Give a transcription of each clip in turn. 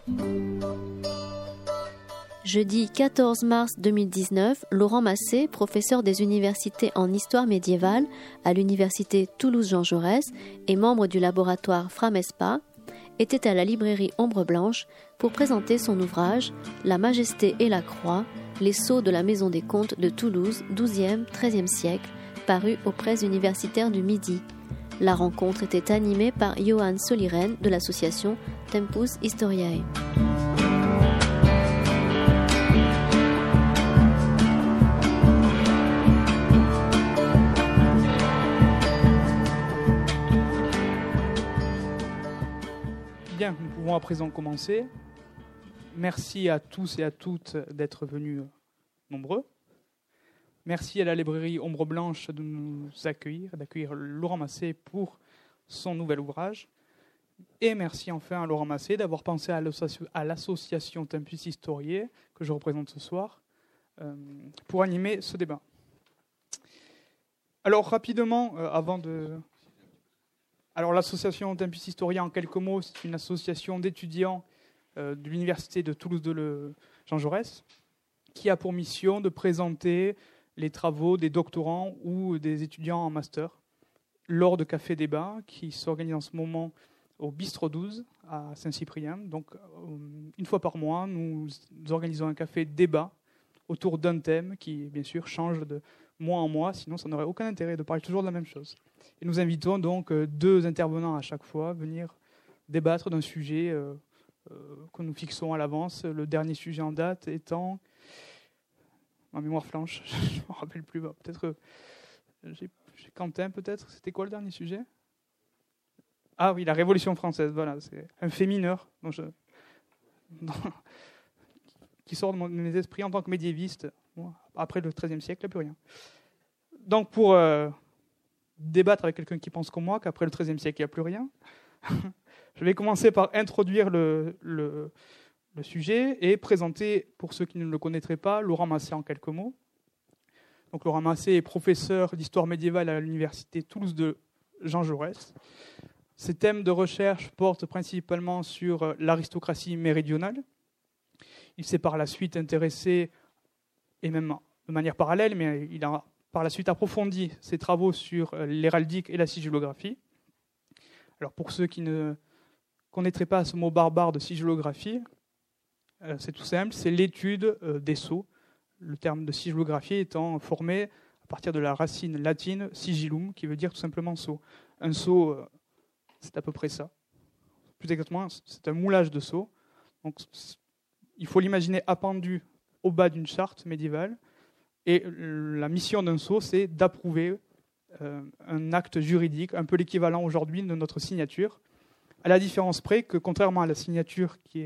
Jeudi 14 mars 2019, Laurent Massé, professeur des universités en histoire médiévale à l'université Toulouse-Jean Jaurès et membre du laboratoire Framespa, était à la librairie Ombre Blanche pour présenter son ouvrage « La Majesté et la Croix, les sceaux de la Maison des Comtes de Toulouse, XIIe, XIIIe siècle », paru aux presses universitaires du Midi. La rencontre était animée par Johan Soliren de l'association Tempus Historiae. Bien, nous pouvons à présent commencer. Merci à tous et à toutes d'être venus nombreux. Merci à la librairie Ombre Blanche de nous accueillir, d'accueillir Laurent Massé pour son nouvel ouvrage. Et merci enfin à Laurent Massé d'avoir pensé à l'association Tempus Historiae, que je représente ce soir, pour animer ce débat. Alors rapidement, Alors l'association Tempus Historiae, en quelques mots, c'est une association d'étudiants de l'université de Toulouse de Jean Jaurès, qui a pour mission de présenter les travaux des doctorants ou des étudiants en master lors de cafés-débats qui s'organisent en ce moment au Bistrot 12 à Saint-Cyprien. Donc, une fois par mois, nous organisons un café-débat autour d'un thème qui, bien sûr, change de mois en mois, sinon ça n'aurait aucun intérêt de parler toujours de la même chose. Et nous invitons donc 2 intervenants à chaque fois à venir débattre d'un sujet que nous fixons à l'avance. Le dernier sujet en date étant... Ma mémoire flanche, je ne me rappelle plus. Peut-être j'ai Quentin, peut-être. C'était quoi le dernier sujet ? Ah oui, la Révolution française. Voilà, c'est un fait mineur qui sort de mes esprits en tant que médiéviste. Bon, après le XIIIe siècle, il n'y a plus rien. Donc pour débattre avec quelqu'un qui pense comme moi, qu'après le XIIIe siècle, il n'y a plus rien, je vais commencer par introduire le sujet et présenter, pour ceux qui ne le connaîtraient pas, Laurent Massé en quelques mots. Donc, Laurent Massé est professeur d'histoire médiévale à l'université Toulouse de Jean Jaurès. Ses thèmes de recherche portent principalement sur l'aristocratie méridionale. Il s'est par la suite intéressé, et même de manière parallèle, mais il a par la suite approfondi ses travaux sur l'héraldique et la sigillographie. Alors, pour ceux qui ne connaîtraient pas ce mot barbare de sigillographie, c'est tout simple, c'est l'étude des sceaux. Le terme de sigillographie étant formé à partir de la racine latine sigillum, qui veut dire tout simplement sceau. Un sceau, c'est à peu près ça. Plus exactement, c'est un moulage de sceau. Donc, il faut l'imaginer appendu au bas d'une charte médiévale. Et la mission d'un sceau, c'est d'approuver un acte juridique, un peu l'équivalent aujourd'hui de notre signature, à la différence près que, contrairement à la signature qui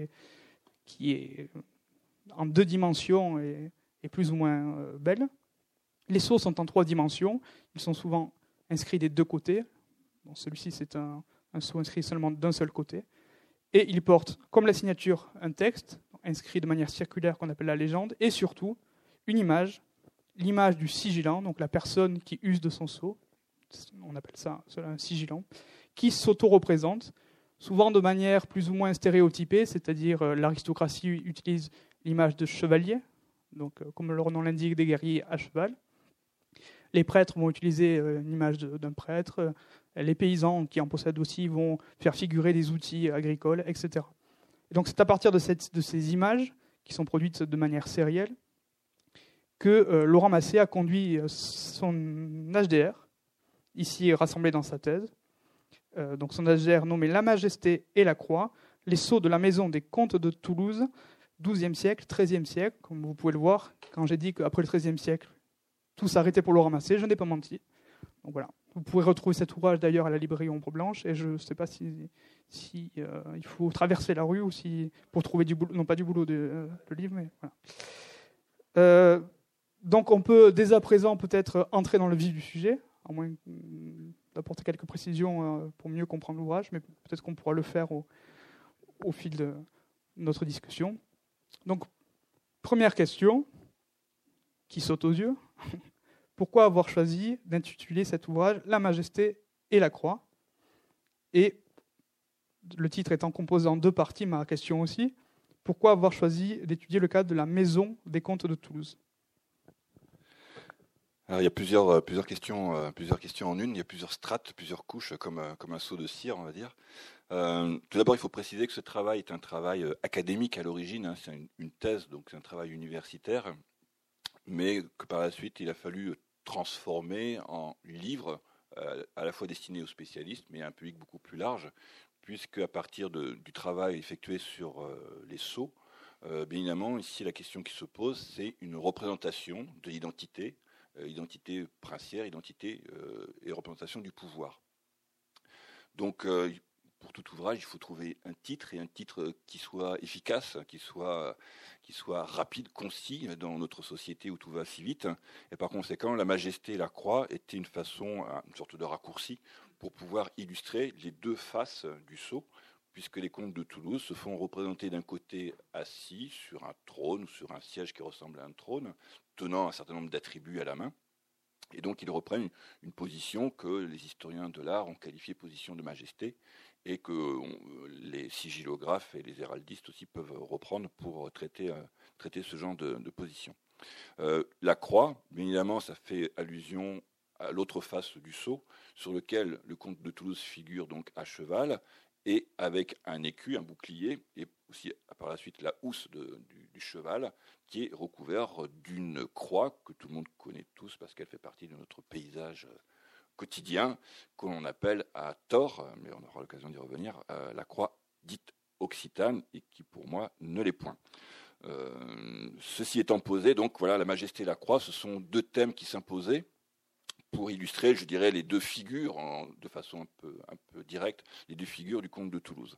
est en 2 dimensions et plus ou moins belle. Les sceaux sont en 3 dimensions. Ils sont souvent inscrits des 2 côtés. Bon, celui-ci, c'est un sceau inscrit seulement d'un seul côté. Et il porte, comme la signature, un texte inscrit de manière circulaire qu'on appelle la légende, et surtout une image, l'image du sigillant, donc la personne qui use de son sceau, on appelle ça un sigillant, qui s'auto-représente, souvent de manière plus ou moins stéréotypée, c'est-à-dire l'aristocratie utilise l'image de chevalier, donc comme leur nom l'indique, des guerriers à cheval. Les prêtres vont utiliser une image d'un prêtre. Les paysans qui en possèdent aussi vont faire figurer des outils agricoles, etc. Et donc c'est à partir de ces images, qui sont produites de manière sérielle, que Laurent Massé a conduit son HDR, ici rassemblé dans sa thèse. Donc son HDR nommé « La Majesté et la Croix, les sceaux de la Maison des Comtes de Toulouse, XIIe siècle, XIIIe siècle ». Comme vous pouvez le voir, quand j'ai dit qu'après le XIIIe siècle, tout s'arrêtait pour Laurent Massé, je n'ai pas menti. Donc voilà. Vous pouvez retrouver cet ouvrage d'ailleurs à la librairie Ombre Blanche, et je ne sais pas si il faut traverser la rue ou pour trouver du boulot, non pas du boulot de livre, mais voilà. Donc on peut dès à présent peut-être entrer dans le vif du sujet, à moins d'apporter quelques précisions pour mieux comprendre l'ouvrage, mais peut-être qu'on pourra le faire au fil de notre discussion. Donc, première question qui saute aux yeux. Pourquoi avoir choisi d'intituler cet ouvrage « La Majesté et la Croix » ? Et le titre étant composé en 2 parties, ma question aussi, pourquoi avoir choisi d'étudier le cas de la maison des comtes de Toulouse? Alors, il y a plusieurs questions en une. Il y a plusieurs strates, plusieurs couches, comme un seau de cire, on va dire. Tout d'abord, il faut préciser que ce travail est un travail académique à l'origine. Hein, c'est une thèse, donc c'est un travail universitaire, mais que par la suite, il a fallu transformer en livre, à la fois destiné aux spécialistes, mais à un public beaucoup plus large, puisque à partir du travail effectué sur les sceaux, bien évidemment, ici, la question qui se pose, c'est une représentation de l'identité, identité princière, identité et représentation du pouvoir. Donc, pour tout ouvrage, il faut trouver un titre, et un titre qui soit efficace, qui soit rapide, concis dans notre société où tout va si vite. Et par conséquent, la majesté et la croix étaient une façon, une sorte de raccourci pour pouvoir illustrer les deux faces du sceau, puisque les comtes de Toulouse se font représenter d'un côté assis sur un trône ou sur un siège qui ressemble à un trône, tenant un certain nombre d'attributs à la main. Et donc ils reprennent une position que les historiens de l'art ont qualifiée position de majesté, et que les sigillographes et les héraldistes aussi peuvent reprendre pour traiter ce genre de position. La croix, bien évidemment, ça fait allusion à l'autre face du sceau, sur lequel le comte de Toulouse figure donc à cheval, et avec un écu, un bouclier, et aussi par la suite la housse du cheval, qui est recouvert d'une croix que tout le monde connaît tous parce qu'elle fait partie de notre paysage quotidien, qu'on appelle à tort, mais on aura l'occasion d'y revenir, la croix dite occitane, et qui pour moi ne l'est point. Ceci étant posé, donc voilà, la majesté et la croix, ce sont deux thèmes qui s'imposaient pour illustrer, je dirais, les deux figures, de façon un peu directe, les deux figures du comte de Toulouse.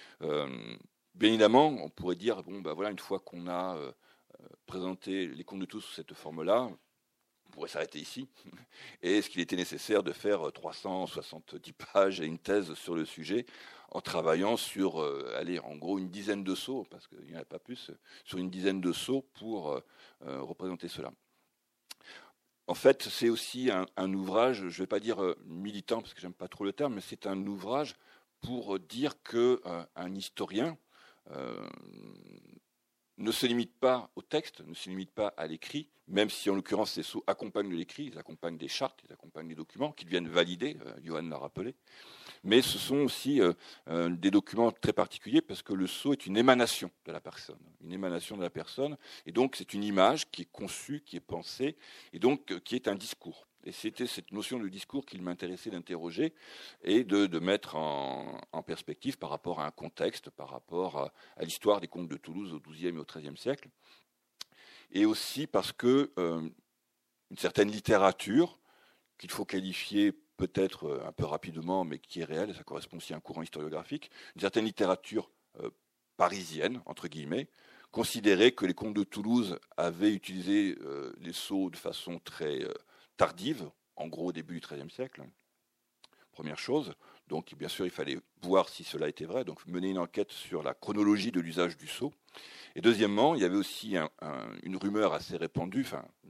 Bien évidemment, on pourrait dire, bon, ben voilà, une fois qu'on a présenté les comtes de Toulouse sous cette forme-là, on pourrait s'arrêter ici. Et est-ce qu'il était nécessaire de faire 370 pages et une thèse sur le sujet, en travaillant sur, en gros, une dizaine de sceaux, parce qu'il n'y en a pas plus, sur une dizaine de sceaux pour représenter cela. En fait, c'est aussi un ouvrage, je ne vais pas dire militant, parce que j'aime pas trop le terme, mais c'est un ouvrage pour dire qu'un historien ne se limite pas au texte, ne se limite pas à l'écrit, même si en l'occurrence ces sceaux accompagnent l'écrit, ils accompagnent des chartes, ils accompagnent des documents qui deviennent validés, Johan l'a rappelé, mais ce sont aussi des documents très particuliers parce que le sceau est une émanation de la personne, et donc c'est une image qui est conçue, qui est pensée, et donc qui est un discours. Et c'était cette notion de discours qu'il m'intéressait d'interroger et de mettre en perspective par rapport à un contexte, par rapport à l'histoire des comtes de Toulouse au XIIe et au XIIIe siècle. Et aussi parce que une certaine littérature, qu'il faut qualifier peut-être un peu rapidement, mais qui est réelle, et ça correspond aussi à un courant historiographique, une certaine littérature parisienne, entre guillemets, considérait que les comtes de Toulouse avaient utilisé les sceaux de façon très tardive, en gros au début du XIIIe siècle. Première chose. Donc, bien sûr, il fallait voir si cela était vrai, donc mener une enquête sur la chronologie de l'usage du sceau. Et deuxièmement, il y avait aussi une rumeur assez répandue,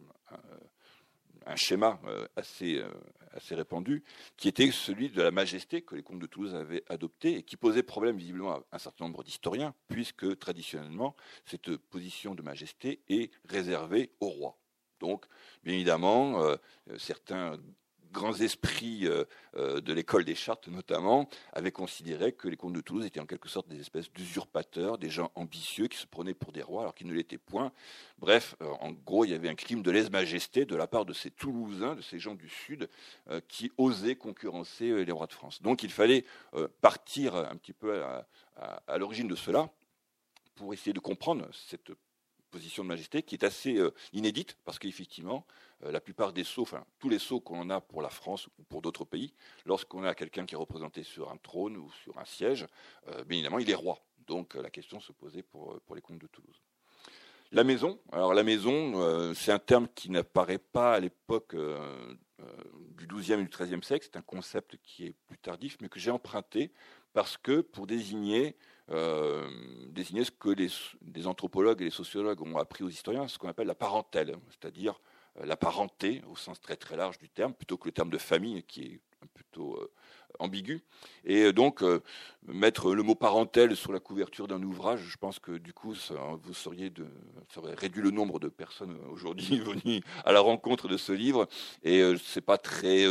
un schéma assez répandu, qui était celui de la majesté que les comtes de Toulouse avaient adopté et qui posait problème visiblement à un certain nombre d'historiens, puisque traditionnellement, cette position de majesté est réservée au roi. Donc, bien évidemment, certains grands esprits de l'école des chartes, notamment, avaient considéré que les comtes de Toulouse étaient en quelque sorte des espèces d'usurpateurs, des gens ambitieux qui se prenaient pour des rois alors qu'ils ne l'étaient point. Bref, en gros, il y avait un crime de lèse-majesté de la part de ces Toulousains, de ces gens du Sud, qui osaient concurrencer les rois de France. Donc, il fallait partir un petit peu à l'origine de cela pour essayer de comprendre cette position de majesté qui est assez inédite parce qu'effectivement, la plupart des sceaux, enfin tous les sceaux qu'on a pour la France ou pour d'autres pays, lorsqu'on a quelqu'un qui est représenté sur un trône ou sur un siège, bien évidemment, il est roi. Donc la question se posait pour les comtes de Toulouse. La maison, alors la maison, c'est un terme qui n'apparaît pas à l'époque du XIIe et du XIIIe siècle, c'est un concept qui est plus tardif, mais que j'ai emprunté parce que pour désigner ce que les anthropologues et les sociologues ont appris aux historiens, ce qu'on appelle la parentèle, c'est-à-dire la parenté au sens très très large du terme, plutôt que le terme de famille qui est plutôt ambigu. Et donc, mettre le mot parentel sur la couverture d'un ouvrage, je pense que du coup, ça aurait réduit le nombre de personnes aujourd'hui venues à la rencontre de ce livre. Et c'est pas très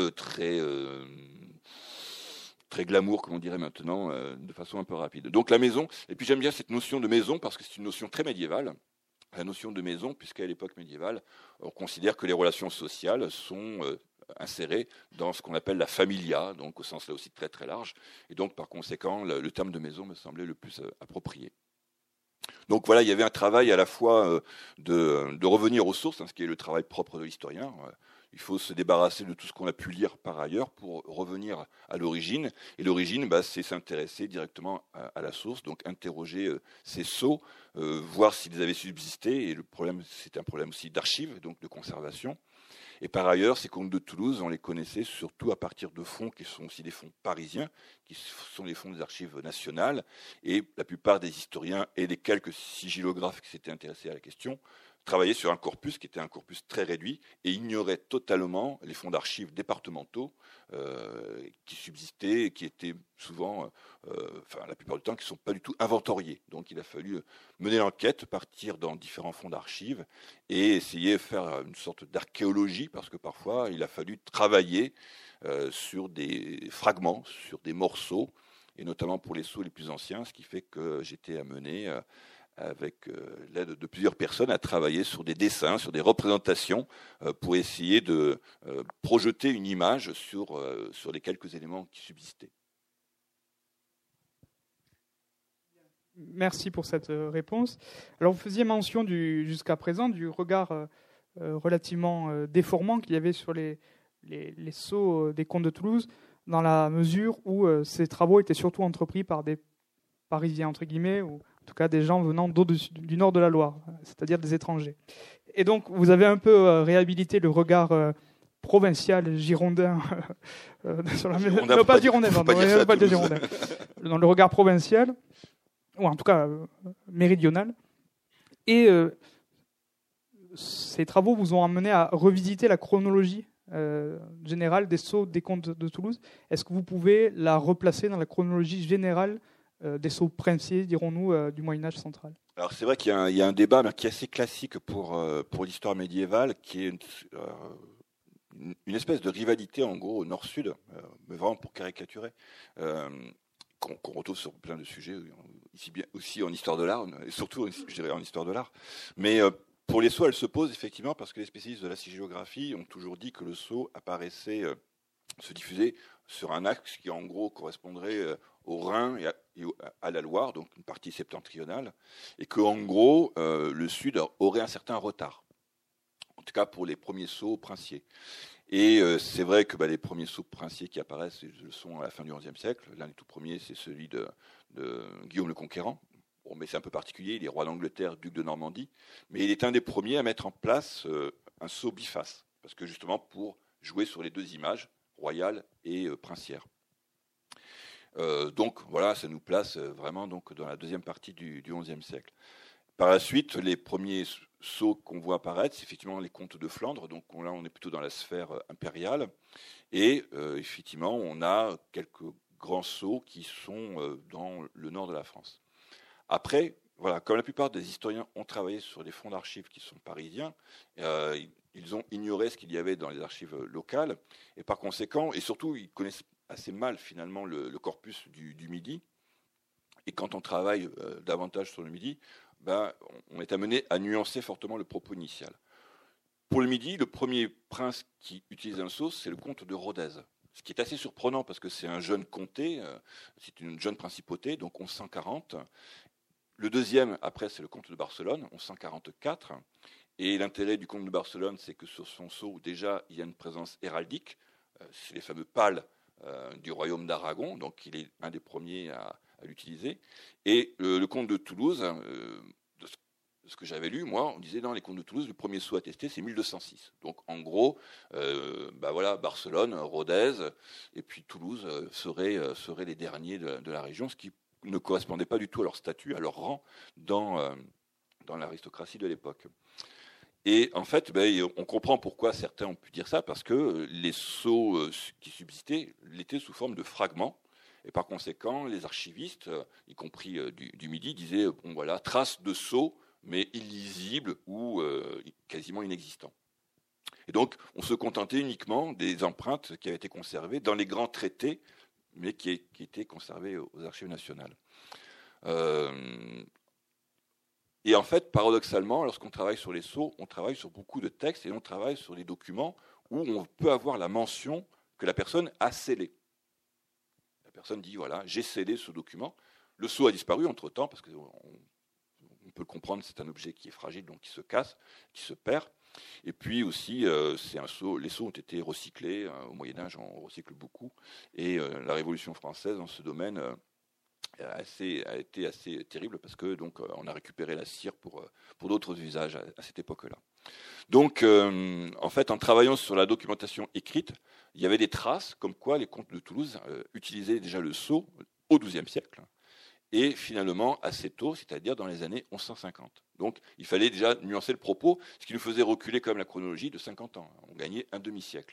glamour, comme on dirait maintenant, de façon un peu rapide. Donc la maison, et puis j'aime bien cette notion de maison parce que c'est une notion très médiévale. La notion de maison, puisqu'à l'époque médiévale, on considère que les relations sociales sont insérées dans ce qu'on appelle la familia, donc au sens là aussi très très large, et donc par conséquent le terme de maison me semblait le plus approprié. Donc voilà, il y avait un travail à la fois de revenir aux sources, ce qui est le travail propre de l'historien. Il faut se débarrasser de tout ce qu'on a pu lire par ailleurs pour revenir à l'origine. Et l'origine, c'est s'intéresser directement à la source, donc interroger ces sceaux, voir s'ils avaient subsisté. Et le problème, c'est un problème aussi d'archives, donc de conservation. Et par ailleurs, ces contes de Toulouse, on les connaissait surtout à partir de fonds qui sont aussi des fonds parisiens, qui sont les fonds des archives nationales. Et la plupart des historiens et des quelques sigillographes qui s'étaient intéressés à la question travaillaient sur un corpus qui était un corpus très réduit et ignoraient totalement les fonds d'archives départementaux qui subsistaient et qui étaient souvent, la plupart du temps, qui ne sont pas du tout inventoriés. Donc il a fallu mener l'enquête, partir dans différents fonds d'archives et essayer de faire une sorte d'archéologie, parce que parfois il a fallu travailler sur des fragments, sur des morceaux, et notamment pour les sceaux les plus anciens, ce qui fait que j'étais amené avec l'aide de plusieurs personnes, à travailler sur des dessins, sur des représentations, pour essayer de projeter une image sur les quelques éléments qui subsistaient. Merci pour cette réponse. Alors, vous faisiez mention jusqu'à présent du regard relativement déformant qu'il y avait sur les sceaux des contes de Toulouse, dans la mesure où ces travaux étaient surtout entrepris par des Parisiens, entre guillemets, ou en tout cas des gens venant du nord de la Loire, c'est-à-dire des étrangers. Et donc, vous avez un peu réhabilité le regard provincial, girondin, sur la maison. Non, pas girondin, non, pas de girondin. Dans le regard provincial, ou en tout cas méridional. Et ces travaux vous ont amené à revisiter la chronologie générale des sceaux des contes de Toulouse. Est-ce que vous pouvez la replacer dans la chronologie générale des sceaux princiers, dirons-nous, du Moyen-Âge central? Alors c'est vrai qu'il y a un débat qui est assez classique pour l'histoire médiévale, qui est une espèce de rivalité en gros nord-sud, mais vraiment pour caricaturer, qu'on retrouve sur plein de sujets, ici bien aussi en histoire de l'art, et surtout je dirais en histoire de l'art. Mais pour les sceaux, elle se pose effectivement parce que les spécialistes de la sigillographie ont toujours dit que le sceau apparaissait, se diffusait sur un axe qui en gros correspondrait au Rhin et à la Loire, donc une partie septentrionale, et que en gros le Sud aurait un certain retard, en tout cas pour les premiers sceaux princiers. Et c'est vrai que les premiers sceaux princiers qui apparaissent le sont à la fin du XIe siècle. L'un des tout premiers, c'est celui de Guillaume le Conquérant. Bon, mais c'est un peu particulier, il est roi d'Angleterre, duc de Normandie, mais il est un des premiers à mettre en place un sceau biface, parce que justement pour jouer sur les deux images, royale et princière. Donc voilà, ça nous place vraiment donc dans la deuxième partie du XIe siècle. Par la suite, les premiers sceaux qu'on voit apparaître, c'est effectivement les comtes de Flandre. Donc là, on est plutôt dans la sphère impériale. Et effectivement, on a quelques grands sceaux qui sont dans le nord de la France. Après, voilà, comme la plupart des historiens ont travaillé sur des fonds d'archives qui sont parisiens, ils ont ignoré ce qu'il y avait dans les archives locales. Et par conséquent, et surtout, ils connaissent assez mal finalement le corpus du Midi. Et quand on travaille davantage sur le Midi, on est amené à nuancer fortement le propos initial. Pour le Midi, le premier prince qui utilise un sceau, c'est le comte de Rodez. Ce qui est assez surprenant parce que c'est un jeune comté, c'est une jeune principauté, donc 1140. Le deuxième, après, c'est le comte de Barcelone, 1144. Et l'intérêt du comte de Barcelone, c'est que sur son sceau, déjà, il y a une présence héraldique. C'est les fameux pales du royaume d'Aragon, donc il est un des premiers à l'utiliser. Et le comte de Toulouse, de ce que j'avais lu, moi, on disait dans les comtes de Toulouse, le premier sceau attesté, c'est 1206. Donc en gros, Barcelone, Rodez, et puis Toulouse seraient les derniers de la région, ce qui ne correspondait pas du tout à leur statut, à leur rang dans l'aristocratie de l'époque. Et en fait, on comprend pourquoi certains ont pu dire ça, parce que les sceaux qui subsistaient l'étaient sous forme de fragments. Et par conséquent, les archivistes, y compris du Midi, disaient bon, voilà, traces de sceaux, mais illisibles ou quasiment inexistants. Et donc, on se contentait uniquement des empreintes qui avaient été conservées dans les grands traités, mais qui étaient conservées aux archives nationales. Et en fait, paradoxalement, lorsqu'on travaille sur les sceaux, on travaille sur beaucoup de textes et on travaille sur des documents où on peut avoir la mention que la personne a scellé. La personne dit, voilà, j'ai scellé ce document. Le sceau a disparu entre-temps, parce qu'on peut le comprendre, c'est un objet qui est fragile, donc qui se casse, qui se perd. Et puis aussi, c'est un sceau, les sceaux ont été recyclés. Au Moyen-Âge, on recycle beaucoup. Et la Révolution française, dans ce domaine, a été assez terrible, parce que donc, on a récupéré la cire pour d'autres usages à cette époque-là. Donc, en fait, en travaillant sur la documentation écrite, il y avait des traces comme quoi les comtes de Toulouse utilisaient déjà le sceau au XIIe siècle, et finalement assez tôt, c'est-à-dire dans les années 1150. Donc, il fallait déjà nuancer le propos, ce qui nous faisait reculer quand même la chronologie de 50 ans. On gagnait un demi-siècle.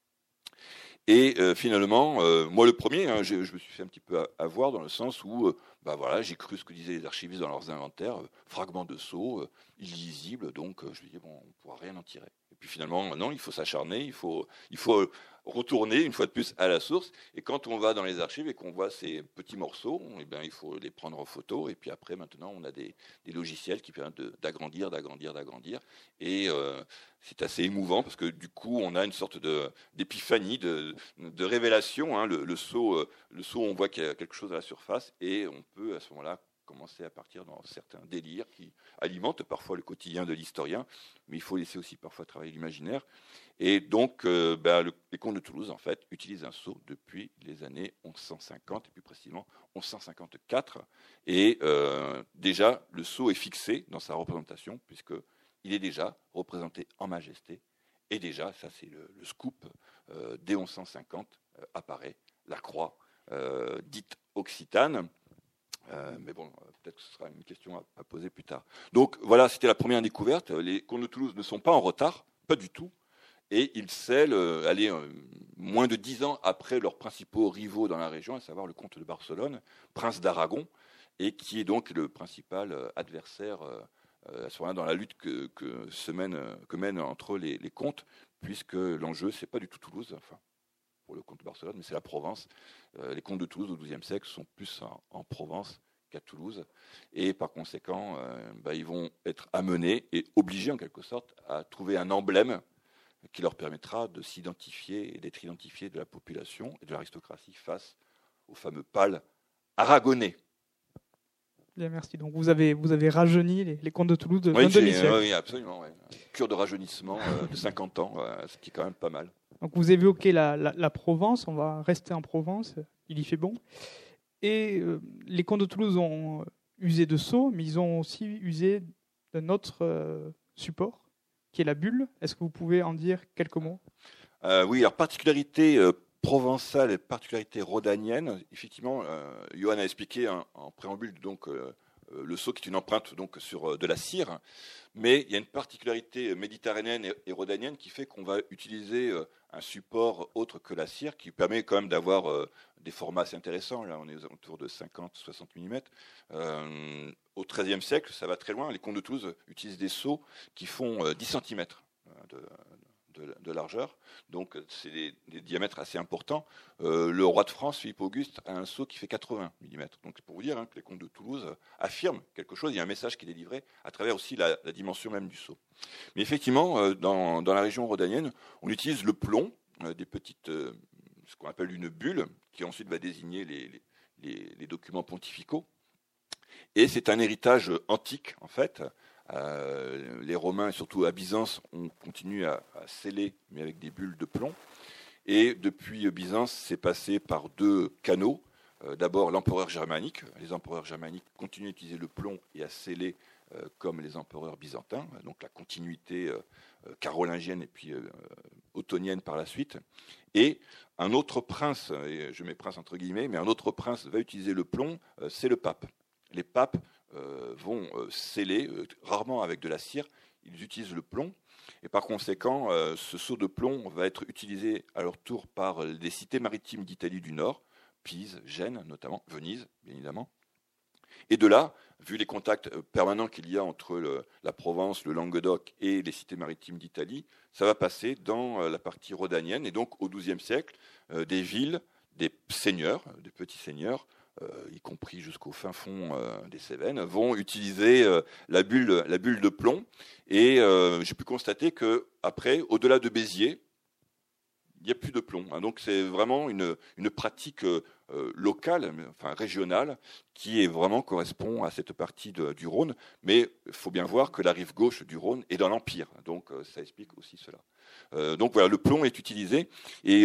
Et finalement, moi le premier, je me suis fait un petit peu avoir dans le sens où voilà, j'ai cru ce que disaient les archivistes dans leurs inventaires, fragments de sceaux, illisibles, donc je me dis, bon, on ne pourra rien en tirer. Et puis finalement, non, il faut s'acharner, il faut retourner une fois de plus à la source, et quand on va dans les archives et qu'on voit ces petits morceaux, eh bien, il faut les prendre en photo, et puis après, maintenant, on a des logiciels qui permettent d'agrandir, et c'est assez émouvant, parce que du coup, on a une sorte d'épiphanie, de révélation, hein. Le sceau, on voit qu'il y a quelque chose à la surface, et on peut à ce moment-là commencer à partir dans certains délires qui alimentent parfois le quotidien de l'historien, mais il faut laisser aussi parfois travailler l'imaginaire. Et donc, les comtes de Toulouse, en fait, utilisent un sceau depuis les années 1150, et plus précisément 1154. Et déjà, le sceau est fixé dans sa représentation, puisqu'il est déjà représenté en majesté. Et déjà, ça c'est le scoop, dès 1150 apparaît la croix dite occitane. Mais bon, peut-être que ce sera une question à poser plus tard. Donc voilà, c'était la première découverte. Les comtes de Toulouse ne sont pas en retard, pas du tout. Et ils scellent, moins de 10 ans après leurs principaux rivaux dans la région, à savoir le comte de Barcelone, prince d'Aragon, et qui est donc le principal adversaire à ce moment-là dans la lutte que mènent entre les comtes, puisque l'enjeu, c'est pas du tout Toulouse, enfin, pour le comte de Barcelone, mais c'est la Provence. Les comtes de Toulouse au XIIe siècle sont plus en Provence qu'à Toulouse, et par conséquent, ils vont être amenés et obligés en quelque sorte à trouver un emblème qui leur permettra de s'identifier et d'être identifiés de la population et de l'aristocratie face au fameux pâle aragonais. Bien, merci. Donc vous avez rajeuni les comtes de Toulouse d'un demi-siècle. Oui, absolument. Ouais. Cure de rajeunissement de 50 ans, ce qui est quand même pas mal. Donc vous évoquez la Provence, on va rester en Provence, il y fait bon. Et les comtes de Toulouse ont usé de sceaux, mais ils ont aussi usé d'un autre support, qui est la bulle. Est-ce que vous pouvez en dire quelques mots ? Oui, alors particularité provençale et particularité rhodanienne. Effectivement, Johan a expliqué en préambule donc le sceau qui est une empreinte donc sur de la cire, mais il y a une particularité méditerranéenne et rhodanienne qui fait qu'on va utiliser un support autre que la cire, qui permet quand même d'avoir des formats assez intéressants. Là, on est autour de 50-60 mm. Au XIIIe siècle, ça va très loin. Les comtes de Toulouse utilisent des sceaux qui font 10 cm de largeur, donc c'est des diamètres assez importants. Le roi de France, Philippe Auguste, a un sceau qui fait 80 mm. Donc c'est pour vous dire que les comtes de Toulouse affirment quelque chose, il y a un message qui est délivré à travers aussi la dimension même du sceau. Mais effectivement, dans la région rhodanienne, on utilise le plomb, des petites, ce qu'on appelle une bulle, qui ensuite va désigner les documents pontificaux. Et c'est un héritage antique, en fait. Les Romains, et surtout à Byzance, ont continué à sceller, mais avec des bulles de plomb. Et depuis Byzance, c'est passé par deux canaux. D'abord, l'empereur germanique. Les empereurs germaniques continuent à utiliser le plomb et à sceller comme les empereurs byzantins. Donc la continuité carolingienne et puis ottonienne par la suite. Et un autre prince, et je mets prince entre guillemets, mais un autre prince va utiliser le plomb, c'est le pape. Les papes vont sceller, rarement avec de la cire, ils utilisent le plomb. Et par conséquent, ce sceau de plomb va être utilisé à leur tour par des cités maritimes d'Italie du Nord, Pise, Gênes notamment, Venise, bien évidemment. Et de là, vu les contacts permanents qu'il y a entre la Provence, le Languedoc et les cités maritimes d'Italie, ça va passer dans la partie rhodanienne. Et donc, au XIIe siècle, des villes, des seigneurs, des petits seigneurs, y compris jusqu'au fin fond des Cévennes, vont utiliser la bulle de plomb. Et j'ai pu constater qu'après, au-delà de Béziers, il n'y a plus de plomb. Donc c'est vraiment une pratique locale, enfin régionale, qui est vraiment correspond à cette partie du Rhône. Mais il faut bien voir que la rive gauche du Rhône est dans l'Empire. Donc ça explique aussi cela. Donc voilà, le plomb est utilisé. Et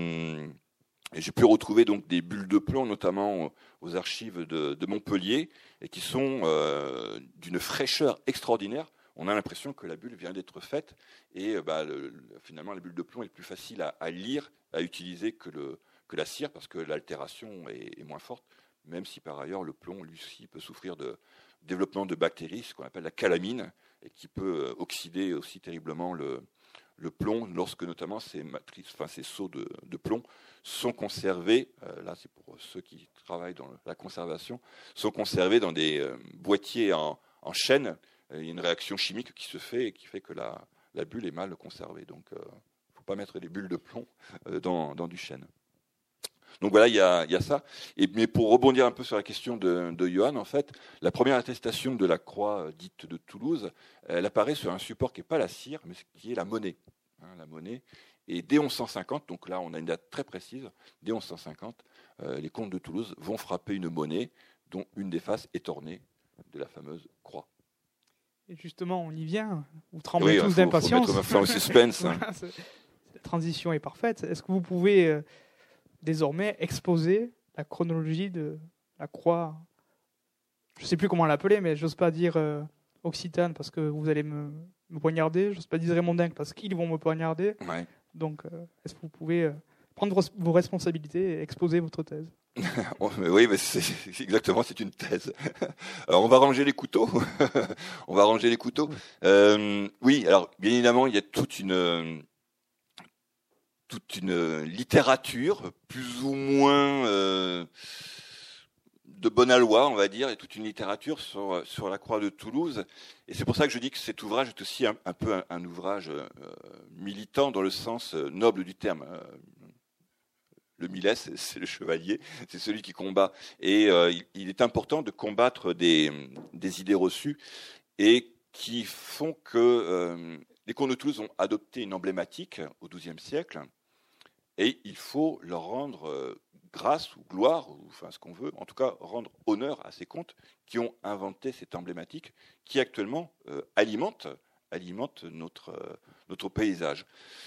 j'ai pu retrouver donc des bulles de plomb, notamment aux archives de Montpellier, et qui sont d'une fraîcheur extraordinaire. On a l'impression que la bulle vient d'être faite, et finalement la bulle de plomb est plus facile à lire, à utiliser que la cire, parce que l'altération est moins forte, même si par ailleurs le plomb, lui aussi, peut souffrir de développement de bactéries, ce qu'on appelle la calamine, et qui peut oxyder aussi terriblement le plomb, lorsque notamment ces seaux de plomb sont conservés, là c'est pour ceux qui travaillent dans la conservation, sont conservés dans des boîtiers en chêne. Il y a une réaction chimique qui se fait et qui fait que la bulle est mal conservée. Donc il ne faut pas mettre des bulles de plomb dans du chêne. Donc voilà, il y a ça. Mais pour rebondir un peu sur la question de Johan, en fait, la première attestation de la croix dite de Toulouse, elle apparaît sur un support qui n'est pas la cire, mais qui est la monnaie. La monnaie. Et dès 1150, donc là on a une date très précise, dès 1150, les comtes de Toulouse vont frapper une monnaie dont une des faces est ornée de la fameuse croix. Et justement, on y vient. Vous tremblez tous d'impatience. Il faut mettre fin au suspense. Voilà, la transition est parfaite. Est-ce que vous pouvez désormais exposer la chronologie de la croix? Je ne sais plus comment l'appeler, mais j'ose pas dire occitane parce que vous allez me poignarder. J'ose pas dire rémondingue parce qu'ils vont me poignarder. Ouais. Donc, est-ce que vous pouvez prendre vos responsabilités et exposer votre thèse? Oui, mais c'est exactement, c'est une thèse. Alors, on va ranger les couteaux. On va ranger les couteaux. Oui, alors bien évidemment, il y a toute une littérature plus ou moins de bonne aloi, on va dire, et toute une littérature sur la croix de Toulouse. Et c'est pour ça que je dis que cet ouvrage est aussi un peu un ouvrage militant dans le sens noble du terme. Le milet, c'est le chevalier, c'est celui qui combat. Et il est important de combattre des idées reçues et qui font que les comtes de Toulouse ont adopté une emblématique au XIIe siècle et il faut leur rendre grâce ou gloire, ou enfin ce qu'on veut, en tout cas rendre honneur à ces comtes qui ont inventé cette emblématique qui actuellement alimente notre paysage.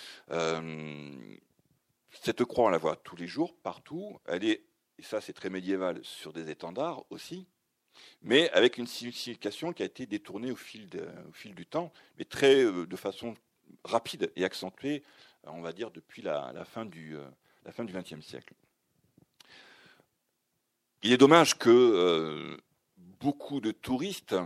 Cette croix, on la voit tous les jours, partout. Elle est, et ça c'est très médiéval, sur des étendards aussi, mais avec une signification qui a été détournée au fil du temps, mais de façon rapide et accentuée, on va dire, depuis la fin du XXe siècle. Il est dommage que beaucoup de touristes,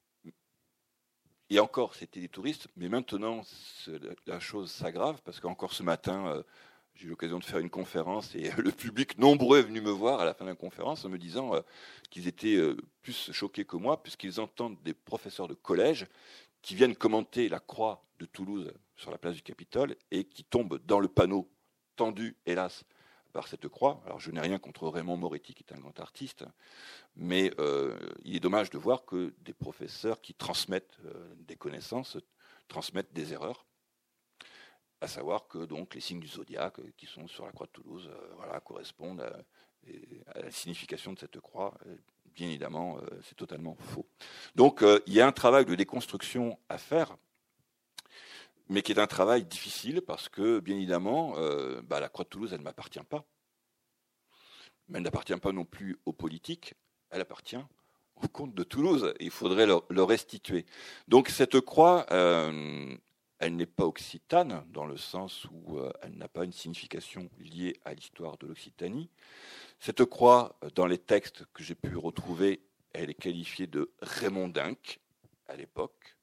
et encore c'était des touristes, mais maintenant la chose s'aggrave, parce qu'encore ce matin, j'ai eu l'occasion de faire une conférence et le public nombreux est venu me voir à la fin de la conférence en me disant qu'ils étaient plus choqués que moi, puisqu'ils entendent des professeurs de collège qui viennent commenter la croix de Toulouse sur la place du Capitole et qui tombent dans le panneau tendu, hélas, par cette croix. Alors je n'ai rien contre Raymond Moretti, qui est un grand artiste, mais il est dommage de voir que des professeurs qui transmettent des connaissances transmettent des erreurs. À savoir que donc les signes du zodiaque qui sont sur la croix de Toulouse correspondent à la signification de cette croix. Bien évidemment, c'est totalement faux. Donc il y a un travail de déconstruction à faire, mais qui est un travail difficile parce que, bien évidemment, la croix de Toulouse, elle ne m'appartient pas. Mais elle n'appartient pas non plus aux politiques, elle appartient aux comtes de Toulouse. Et il faudrait le restituer. Donc cette croix... elle n'est pas occitane, dans le sens où elle n'a pas une signification liée à l'histoire de l'Occitanie. Cette croix, dans les textes que j'ai pu retrouver, elle est qualifiée de rémondinque à l'époque.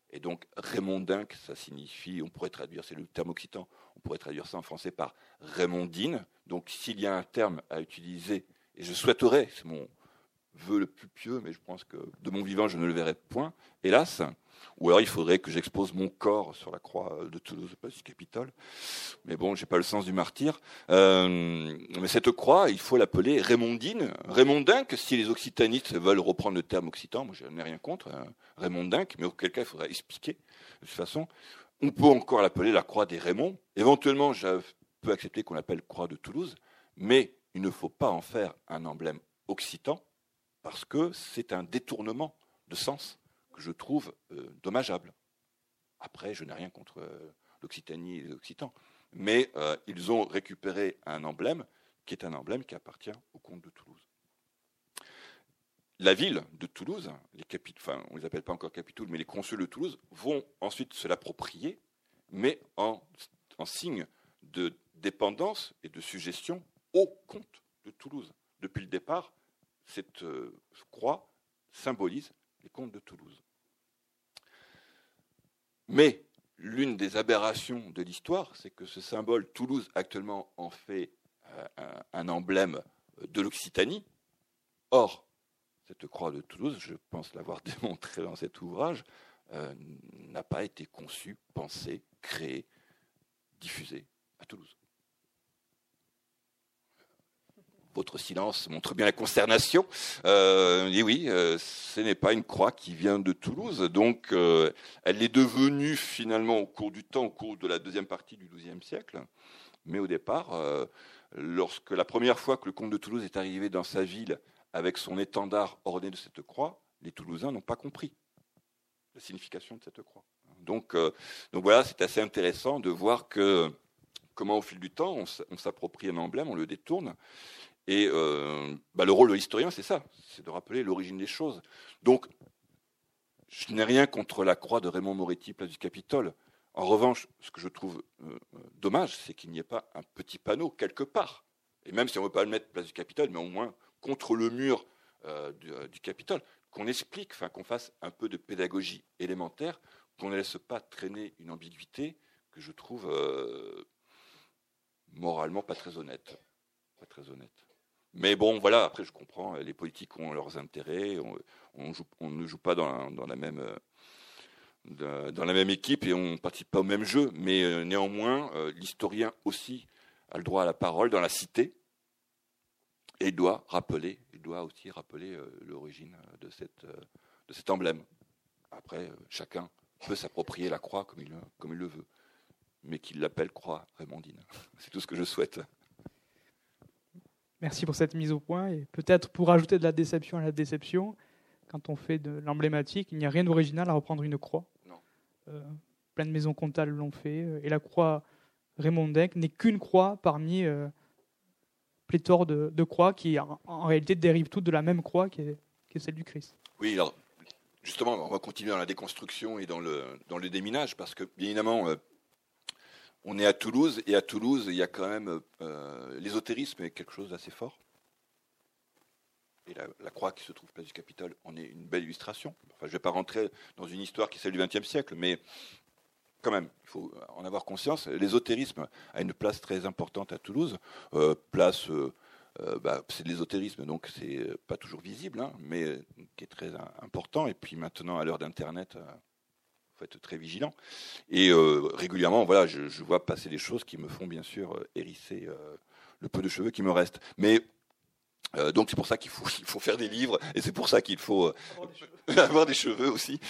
Et donc Raymondinque, ça signifie, on pourrait traduire, c'est le terme occitan, on pourrait traduire ça en français par Raymondine. Donc s'il y a un terme à utiliser, et je souhaiterais, c'est mon vœu le plus pieux, mais je pense que de mon vivant je ne le verrai point, hélas, ou alors il faudrait que j'expose mon corps sur la croix de Toulouse, place du Capitole. Mais bon, j'ai pas le sens du martyr. Mais cette croix, il faut l'appeler Raymondine, Raymondinque, si les occitanistes veulent reprendre le terme occitan, moi je n'ai rien contre, Raymondinque, mais auquel cas il faudrait expliquer. De toute façon, on peut encore l'appeler la croix des Raymonds. Éventuellement, je peux accepter qu'on l'appelle croix de Toulouse, mais il ne faut pas en faire un emblème occitan, parce que c'est un détournement de sens que je trouve dommageable. Après, je n'ai rien contre l'Occitanie et les Occitans, mais ils ont récupéré un emblème qui est un emblème qui appartient au comte de Toulouse. La ville de Toulouse, on ne les appelle pas encore capitouls, mais les consuls de Toulouse vont ensuite se l'approprier, mais en signe de dépendance et de suggestion au comte de Toulouse. Depuis le départ, cette croix symbolise les comtes de Toulouse. Mais l'une des aberrations de l'histoire, c'est que ce symbole, Toulouse actuellement en fait un emblème de l'Occitanie. Or, cette croix de Toulouse, je pense l'avoir démontré dans cet ouvrage, n'a pas été conçue, pensée, créée, diffusée à Toulouse. Votre silence montre bien la consternation. Et oui, ce n'est pas une croix qui vient de Toulouse. Donc, elle est devenue finalement au cours du temps, au cours de la deuxième partie du XIIe siècle. Mais au départ, lorsque la première fois que le comte de Toulouse est arrivé dans sa ville avec son étendard orné de cette croix, les Toulousains n'ont pas compris la signification de cette croix. Donc voilà, c'est assez intéressant de voir comment au fil du temps, on s'approprie un emblème, on le détourne. Et le rôle de l'historien, c'est ça, c'est de rappeler l'origine des choses. Donc, je n'ai rien contre la croix de Raymond Moretti, place du Capitole. En revanche, ce que je trouve dommage, c'est qu'il n'y ait pas un petit panneau quelque part. Et même si on ne veut pas le mettre place du Capitole, mais au moins contre le mur du Capitole, qu'on explique, qu'on fasse un peu de pédagogie élémentaire, qu'on ne laisse pas traîner une ambiguïté que je trouve moralement pas très honnête. Pas très honnête. Mais bon, voilà, après je comprends, les politiques ont leurs intérêts, on ne joue pas dans la même équipe et on ne participe pas au même jeu, mais néanmoins, l'historien aussi a le droit à la parole dans la cité et il doit aussi rappeler l'origine de cet emblème. Après, chacun peut s'approprier la croix comme il le veut, mais qu'il l'appelle croix raymondine. C'est tout ce que je souhaite. Merci pour cette mise au point. Et peut-être pour ajouter de la déception à la déception, quand on fait de l'emblématique, il n'y a rien d'original à reprendre une croix. Non. Plein de maisons comtales l'ont fait. Et la croix Raymondinque n'est qu'une croix parmi pléthore de croix qui, en réalité, dérivent toutes de la même croix qui est celle du Christ. Oui, alors, justement, on va continuer dans la déconstruction et dans le déminage, parce que, bien évidemment, on est à Toulouse, et à Toulouse, il y a quand même l'ésotérisme est quelque chose d'assez fort. Et la croix qui se trouve place du Capitole en est une belle illustration. Enfin, je ne vais pas rentrer dans une histoire qui est celle du XXe siècle, mais quand même, il faut en avoir conscience. L'ésotérisme a une place très importante à Toulouse. C'est de l'ésotérisme, donc c'est pas toujours visible, mais qui est très important. Et puis maintenant, à l'heure d'Internet, faut être très vigilant. Et régulièrement, voilà, je vois passer des choses qui me font bien sûr hérisser le peu de cheveux qui me restent. Mais donc c'est pour ça qu'il faut faire des livres, et c'est pour ça qu'il faut avoir des cheveux aussi.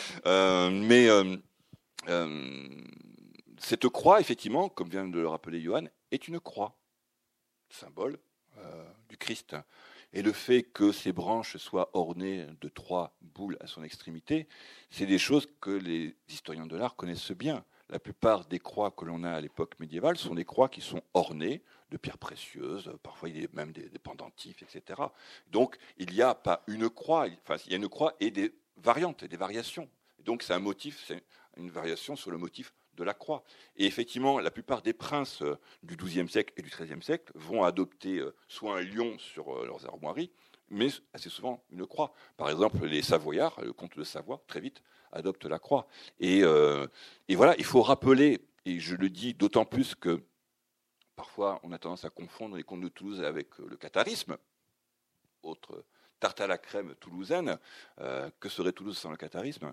Cette croix, effectivement, comme vient de le rappeler Johan, est une croix, symbole du Christ. Et le fait que ces branches soient ornées de 3 boules à son extrémité, c'est des choses que les historiens de l'art connaissent bien. La plupart des croix que l'on a à l'époque médiévale sont des croix qui sont ornées de pierres précieuses, parfois il y a même des pendentifs, etc. Donc il n'y a pas une croix, il y a une croix et des variantes, des variations. Donc c'est un motif, c'est une variation sur le motif de la croix. Et effectivement, la plupart des princes du XIIe siècle et du XIIIe siècle vont adopter soit un lion sur leurs armoiries, mais assez souvent une croix. Par exemple, les Savoyards, le comte de Savoie, très vite, adoptent la croix. Et voilà, il faut rappeler, et je le dis d'autant plus que parfois on a tendance à confondre les contes de Toulouse avec le catharisme, autre tarte à la crème toulousaine. Que serait Toulouse sans le catharisme?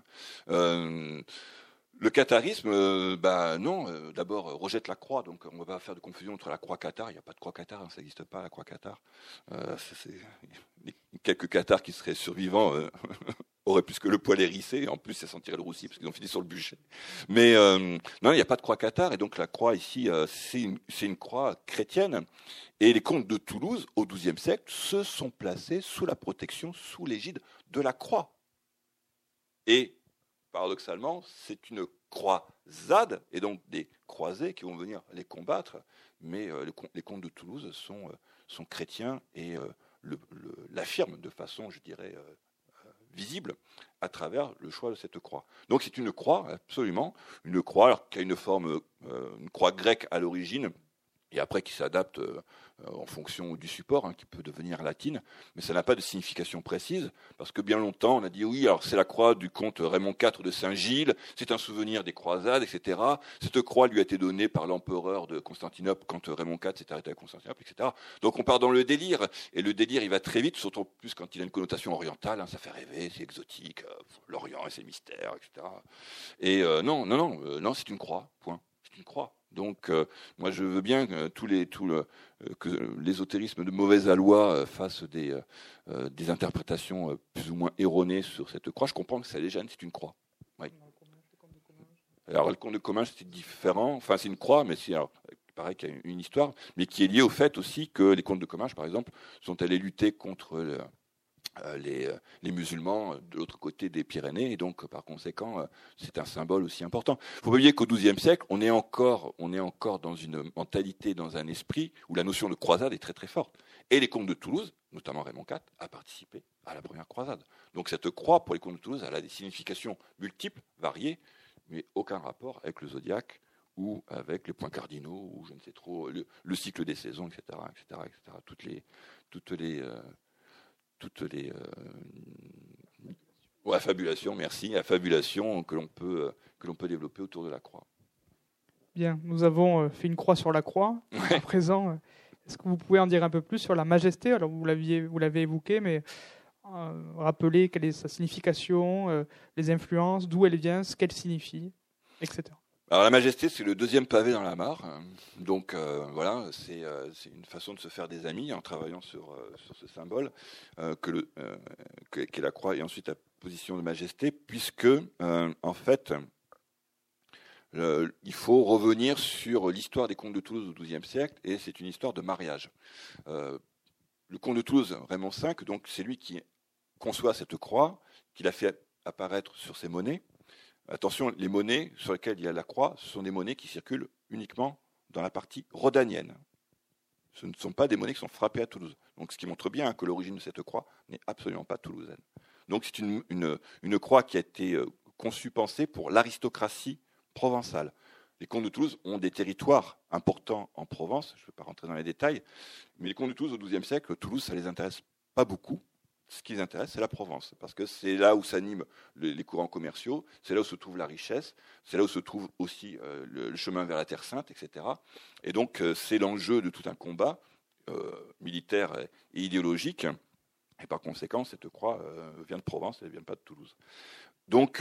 Le catharisme, non, d'abord rejette la croix, donc on ne va pas faire de confusion entre la croix cathare, il n'y a pas de croix cathare, hein, ça n'existe pas la croix cathare. Quelques cathares qui seraient survivants auraient plus que le poil hérissé, en plus ça sentirait le roussi parce qu'ils ont fini sur le bûcher. Mais non, il n'y a pas de croix cathare, et donc la croix ici, c'est une croix chrétienne. Et les comtes de Toulouse, au XIIe siècle, se sont placés sous la protection, sous l'égide de la croix. Et paradoxalement, c'est une croisade, et donc des croisés qui vont venir les combattre, mais les comtes de Toulouse sont chrétiens et l'affirment de façon, je dirais, visible à travers le choix de cette croix. Donc c'est une croix, absolument, une croix alors, qui a une forme, une croix grecque à l'origine, et après qui s'adapte en fonction du support, hein, qui peut devenir latine, mais ça n'a pas de signification précise, parce que bien longtemps on a dit oui, alors c'est la croix du comte Raymond IV de Saint-Gilles, c'est un souvenir des croisades, etc. Cette croix lui a été donnée par l'empereur de Constantinople quand Raymond IV s'est arrêté à Constantinople, etc. Donc on part dans le délire, et le délire il va très vite, surtout plus quand il a une connotation orientale, hein, ça fait rêver, c'est exotique, l'Orient et ses mystères, etc. Et non, c'est une croix, point, c'est une croix. Donc, moi, je veux bien que l'ésotérisme de mauvaise aloi fasse des interprétations plus ou moins erronées sur cette croix. Je comprends que ça les gêne, c'est une croix. Oui. Alors, le conte de Comminges, c'est différent. Enfin, c'est une croix, mais il paraît qu'il y a une histoire, mais qui est liée au fait aussi que les contes de Comminges, par exemple, sont allés lutter contre les musulmans de l'autre côté des Pyrénées, et donc par conséquent c'est un symbole aussi important. Il faut pas oublier qu'au XIIe siècle on est encore dans une mentalité, dans un esprit où la notion de croisade est très très forte, et les comtes de Toulouse, notamment Raymond IV, a participé à la première croisade. Donc cette croix pour les comtes de Toulouse, elle a des significations multiples, variées, mais aucun rapport avec le zodiaque ou avec les points cardinaux, ou je ne sais trop, le cycle des saisons, etc., etc., etc. Toutes les affabulations, merci, affabulations que l'on peut développer autour de la croix. Bien, nous avons fait une croix sur la croix. Ouais. À présent, est-ce que vous pouvez en dire un peu plus sur la majesté? Alors vous l'avez évoqué, mais rappeler quelle est sa signification, les influences, d'où elle vient, ce qu'elle signifie, etc. Alors la majesté, c'est le deuxième pavé dans la mare. Donc voilà, c'est une façon de se faire des amis en travaillant sur ce symbole qu'est la croix, et ensuite la position de majesté, puisque en fait, il faut revenir sur l'histoire des comtes de Toulouse au XIIe siècle, et c'est une histoire de mariage. Le comte de Toulouse, Raymond V, donc c'est lui qui conçoit cette croix, qui l'a fait apparaître sur ses monnaies. Attention, les monnaies sur lesquelles il y a la croix, ce sont des monnaies qui circulent uniquement dans la partie rhodanienne. Ce ne sont pas des monnaies qui sont frappées à Toulouse. Donc, ce qui montre bien que l'origine de cette croix n'est absolument pas toulousaine. Donc, c'est une croix qui a été conçue, pensée pour l'aristocratie provençale. Les comtes de Toulouse ont des territoires importants en Provence, je ne vais pas rentrer dans les détails, mais les comtes de Toulouse au XIIe siècle, Toulouse, ça ne les intéresse pas beaucoup. Ce qui les intéresse, c'est la Provence, parce que c'est là où s'animent les courants commerciaux, c'est là où se trouve la richesse, c'est là où se trouve aussi le chemin vers la Terre Sainte, etc. Et donc, c'est l'enjeu de tout un combat militaire et idéologique, et par conséquent, cette croix vient de Provence, elle ne vient pas de Toulouse. Donc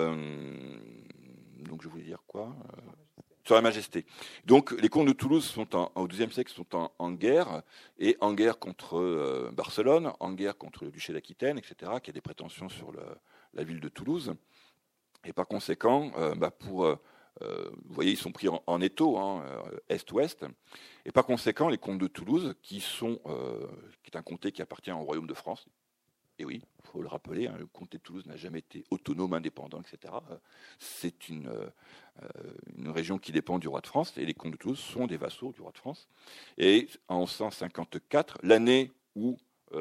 je voulais dire quoi sur la majesté. Donc, les comtes de Toulouse au XIIe siècle sont en guerre, et en guerre contre Barcelone, en guerre contre le duché d'Aquitaine, etc., qui a des prétentions sur la ville de Toulouse. Et par conséquent, vous voyez, ils sont pris en étau, hein, est-ouest. Et par conséquent, les comtes de Toulouse, qui est un comté qui appartient au royaume de France, et oui, il faut le rappeler, hein, le comté de Toulouse n'a jamais été autonome, indépendant, etc. C'est une région qui dépend du roi de France, et les comtes de Toulouse sont des vassaux du roi de France. Et en 1154, l'année où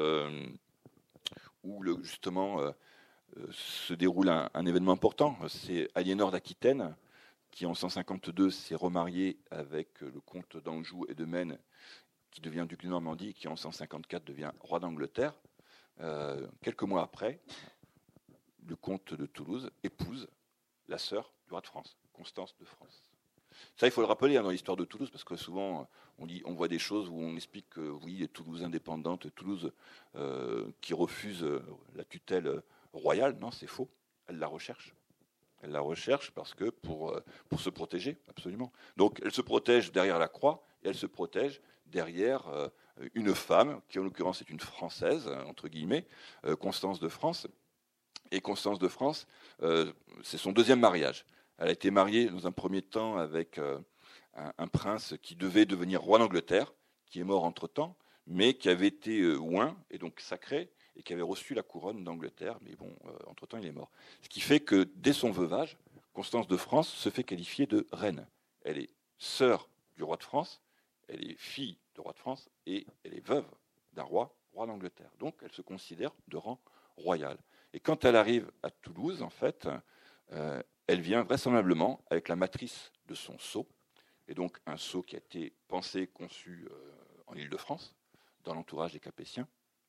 justement se déroule un événement important, c'est Aliénor d'Aquitaine, qui en 1152 s'est remarié avec le comte d'Anjou et de Maine, qui devient duc de Normandie, qui en 1154 devient roi d'Angleterre. Quelques mois après, le comte de Toulouse épouse la sœur du roi de France, Constance de France. Ça, il faut le rappeler dans l'histoire de Toulouse, parce que souvent, on voit des choses où on explique que, oui, Toulouse indépendante, Toulouse qui refuse la tutelle royale. Non, c'est faux. Elle la recherche. Elle la recherche parce que pour se protéger, absolument. Donc, elle se protège derrière la croix et elle se protège derrière une femme, qui en l'occurrence est une Française, entre guillemets, Constance de France. Et Constance de France, c'est son deuxième mariage. Elle a été mariée dans un premier temps avec un prince qui devait devenir roi d'Angleterre, qui est mort entre-temps, mais qui avait été oint, et donc sacré, et qui avait reçu la couronne d'Angleterre, mais bon, entre-temps, il est mort. Ce qui fait que, dès son veuvage, Constance de France se fait qualifier de reine. Elle est sœur du roi de France, elle est fille du roi de France, et elle est veuve d'un roi d'Angleterre. Donc, elle se considère de rang royal. Et quand elle arrive à Toulouse, en fait, elle vient vraisemblablement avec la matrice de son sceau, et donc un sceau qui a été pensé, conçu en Île-de-France, dans l'entourage des Capétiens,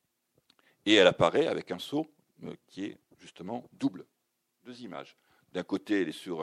et elle apparaît avec un sceau qui est justement double, deux images. D'un côté, elle est sur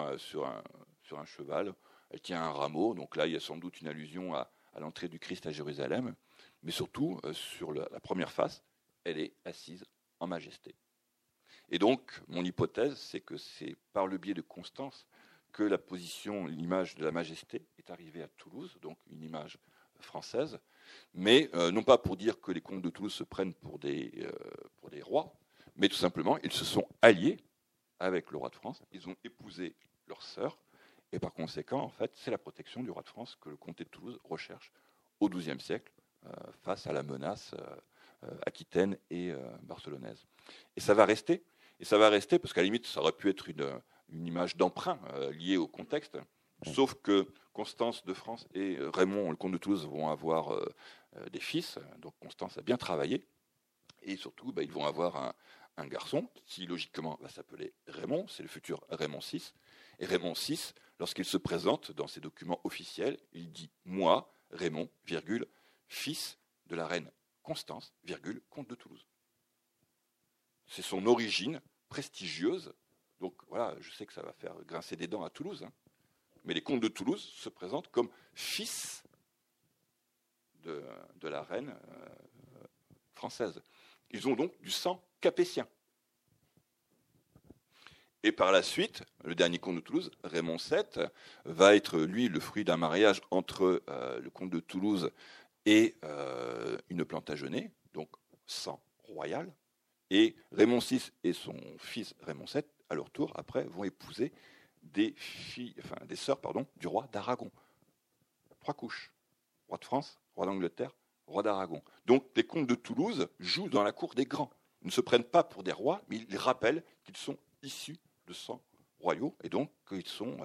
un cheval, elle tient un rameau, donc là, il y a sans doute une allusion à l'entrée du Christ à Jérusalem, mais surtout, sur la première face, elle est assise en majesté. Et donc, mon hypothèse, c'est que c'est par le biais de Constance que la position, l'image de la majesté est arrivée à Toulouse, donc une image française, mais non pas pour dire que les comtes de Toulouse se prennent pour des rois, mais tout simplement, ils se sont alliés avec le roi de France, ils ont épousé leur sœur, et par conséquent, en fait, c'est la protection du roi de France que le comté de Toulouse recherche au XIIe siècle face à la menace aquitaine et barcelonaise. Et ça va rester. Et ça va rester parce qu'à la limite, ça aurait pu être une image d'emprunt liée au contexte. Sauf que Constance de France et Raymond, le comte de Toulouse, vont avoir des fils. Donc Constance a bien travaillé. Et surtout, ils vont avoir un garçon qui, logiquement, va s'appeler Raymond. C'est le futur Raymond VI. Et Raymond VI, lorsqu'il se présente dans ses documents officiels, il dit « Moi, Raymond, virgule, fils de la reine Constance, virgule, comte de Toulouse ». C'est son origine prestigieuse. Donc voilà, je sais que ça va faire grincer des dents à Toulouse, mais les comtes de Toulouse se présentent comme fils de la reine française. Ils ont donc du sang capétien. Et par la suite, le dernier comte de Toulouse, Raymond VII, va être, lui, le fruit d'un mariage entre le comte de Toulouse et une Plantagenet, donc sang royal. Et Raymond VI et son fils Raymond VII, à leur tour, après, vont épouser des sœurs du roi d'Aragon. 3 couches. Roi de France, roi d'Angleterre, roi d'Aragon. Donc les comtes de Toulouse jouent dans la cour des grands. Ils ne se prennent pas pour des rois, mais ils rappellent qu'ils sont issus de sang royaux, et donc qu'ils sont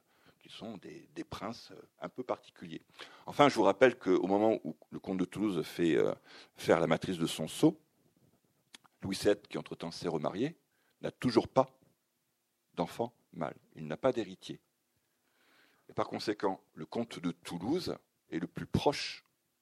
des princes un peu particuliers. Enfin, je vous rappelle qu'au moment où le comte de Toulouse fait faire la matrice de son sceau, Louis VII, qui entre-temps s'est remarié, n'a toujours pas d'enfant mâle. Il n'a pas d'héritier. Et par conséquent, le comte de Toulouse est le plus proche.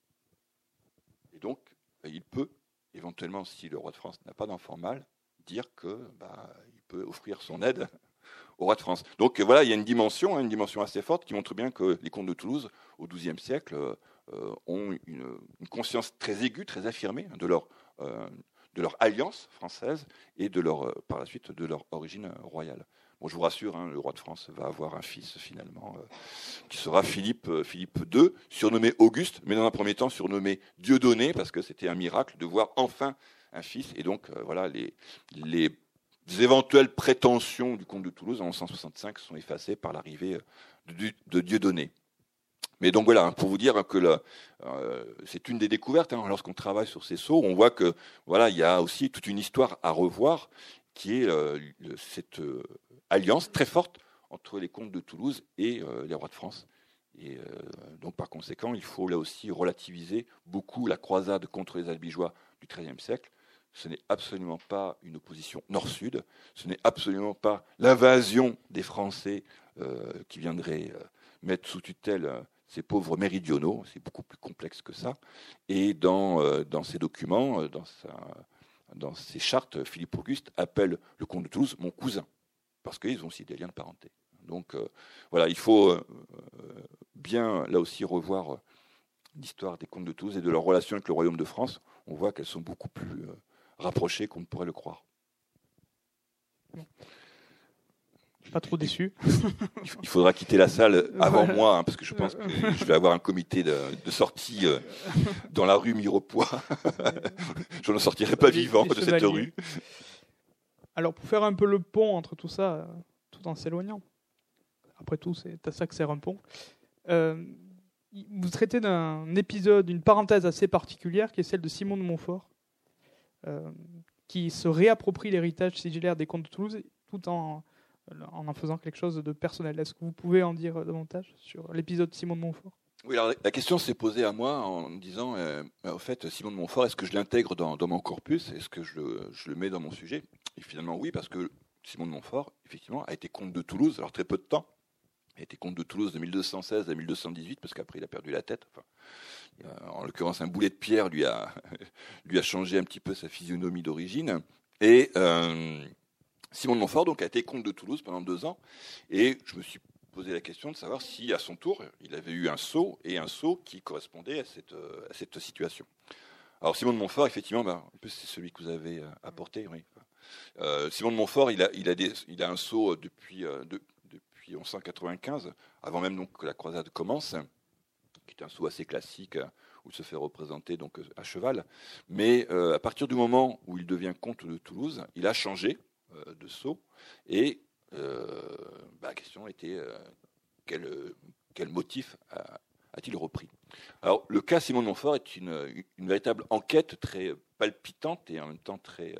Et donc, il peut, éventuellement, si le roi de France n'a pas d'enfant mâle, dire qu'il peut offrir son aide au roi de France. Donc voilà, il y a une dimension assez forte qui montre bien que les comtes de Toulouse, au XIIe siècle, ont une conscience très aiguë, très affirmée de leur alliance française et par la suite de leur origine royale. Bon, je vous rassure, le roi de France va avoir un fils finalement, qui sera Philippe II, surnommé Auguste, mais dans un premier temps surnommé Dieudonné, parce que c'était un miracle de voir enfin un fils. Et donc voilà, les éventuelles prétentions du comte de Toulouse en 1165 sont effacées par l'arrivée de Dieudonné. Mais donc voilà, pour vous dire que c'est une des découvertes, lorsqu'on travaille sur ces sceaux, on voit que voilà, il y a aussi toute une histoire à revoir, qui est cette alliance très forte entre les comtes de Toulouse et les rois de France. Et donc par conséquent, il faut là aussi relativiser beaucoup la croisade contre les Albigeois du XIIIe siècle. Ce n'est absolument pas une opposition nord-sud, ce n'est absolument pas l'invasion des Français qui viendraient mettre sous tutelle ces pauvres méridionaux. C'est beaucoup plus complexe que ça. Et dans ces documents, dans ses chartes, Philippe Auguste appelle le comte de Toulouse mon cousin, parce qu'ils ont aussi des liens de parenté. Donc voilà, il faut bien, là aussi, revoir l'histoire des comtes de Toulouse et de leur relation avec le royaume de France. On voit qu'elles sont beaucoup plus rapprochées qu'on ne pourrait le croire. Pas trop déçu. Il faudra quitter la salle avant moi, parce que je pense que je vais avoir un comité de sortie dans la rue Mirepoix. Je n'en sortirai pas vivant de cette rue. Alors, pour faire un peu le pont entre tout ça, tout en s'éloignant, après tout, c'est à ça que sert un pont, vous traitez d'un épisode, d'une parenthèse assez particulière, qui est celle de Simon de Montfort, qui se réapproprie l'héritage sigillaire des comtes de Toulouse, tout en faisant quelque chose de personnel. Est-ce que vous pouvez en dire davantage sur l'épisode de Simon de Montfort ? Oui, alors la question s'est posée à moi en me disant, au fait, Simon de Montfort, est-ce que je l'intègre dans mon corpus ? Est-ce que je le mets dans mon sujet ? Et finalement, oui, parce que Simon de Montfort, effectivement, a été comte de Toulouse, alors très peu de temps. Il a été comte de Toulouse de 1216 à 1218, parce qu'après, il a perdu la tête. Enfin, en l'occurrence, un boulet de pierre lui a changé un petit peu sa physionomie d'origine. Et Simon de Montfort donc, a été comte de Toulouse pendant 2 ans, et je me suis posé la question de savoir si, à son tour, il avait eu un sceau, et un sceau qui correspondait à cette situation. Alors Simon de Montfort, effectivement, en plus c'est celui que vous avez apporté. Oui. Simon de Montfort, il a un sceau depuis 1195, avant même donc que la croisade commence, qui est un sceau assez classique, où il se fait représenter donc à cheval. Mais à partir du moment où il devient comte de Toulouse, il a changé de sceau, et la question était quel motif a-t-il repris ? Alors le cas Simon de Montfort est une véritable enquête très palpitante et en même temps très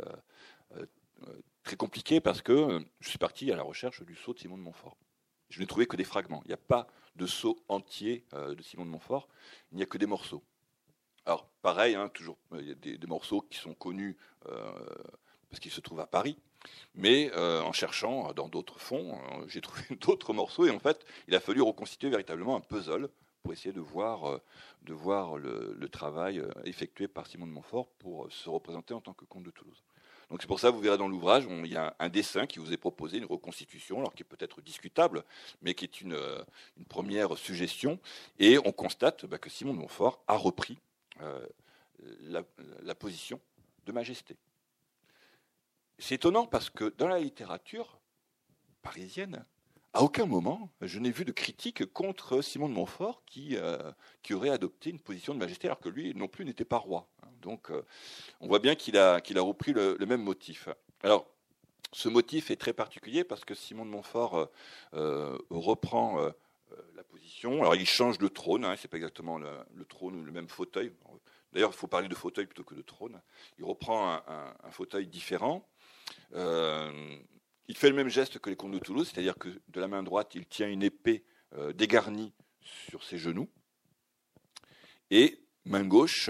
compliquée, parce que je suis parti à la recherche du sceau de Simon de Montfort. Je n'ai trouvé que des fragments. Il n'y a pas de sceau entier de Simon de Montfort, il n'y a que des morceaux. Alors pareil, toujours il y a des morceaux qui sont connus parce qu'ils se trouvent à Paris. Mais en cherchant dans d'autres fonds, j'ai trouvé d'autres morceaux, et en fait, il a fallu reconstituer véritablement un puzzle pour essayer de voir le travail effectué par Simon de Montfort pour se représenter en tant que comte de Toulouse. Donc c'est pour ça, vous verrez dans l'ouvrage, il y a un dessin qui vous est proposé, une reconstitution, alors qui est peut-être discutable, mais qui est une première suggestion, et on constate que Simon de Montfort a repris la position de majesté. C'est étonnant parce que dans la littérature parisienne, à aucun moment je n'ai vu de critique contre Simon de Montfort qui aurait adopté une position de majesté, alors que lui non plus n'était pas roi. Donc on voit bien qu'il a repris le même motif. Alors ce motif est très particulier parce que Simon de Montfort reprend la position. Alors il change de trône, c'est pas exactement le trône ou le même fauteuil. D'ailleurs, il faut parler de fauteuil plutôt que de trône. Il reprend un fauteuil différent. Il fait le même geste que les comtes de Toulouse, c'est-à-dire que de la main droite, il tient une épée dégarnie sur ses genoux, et main gauche,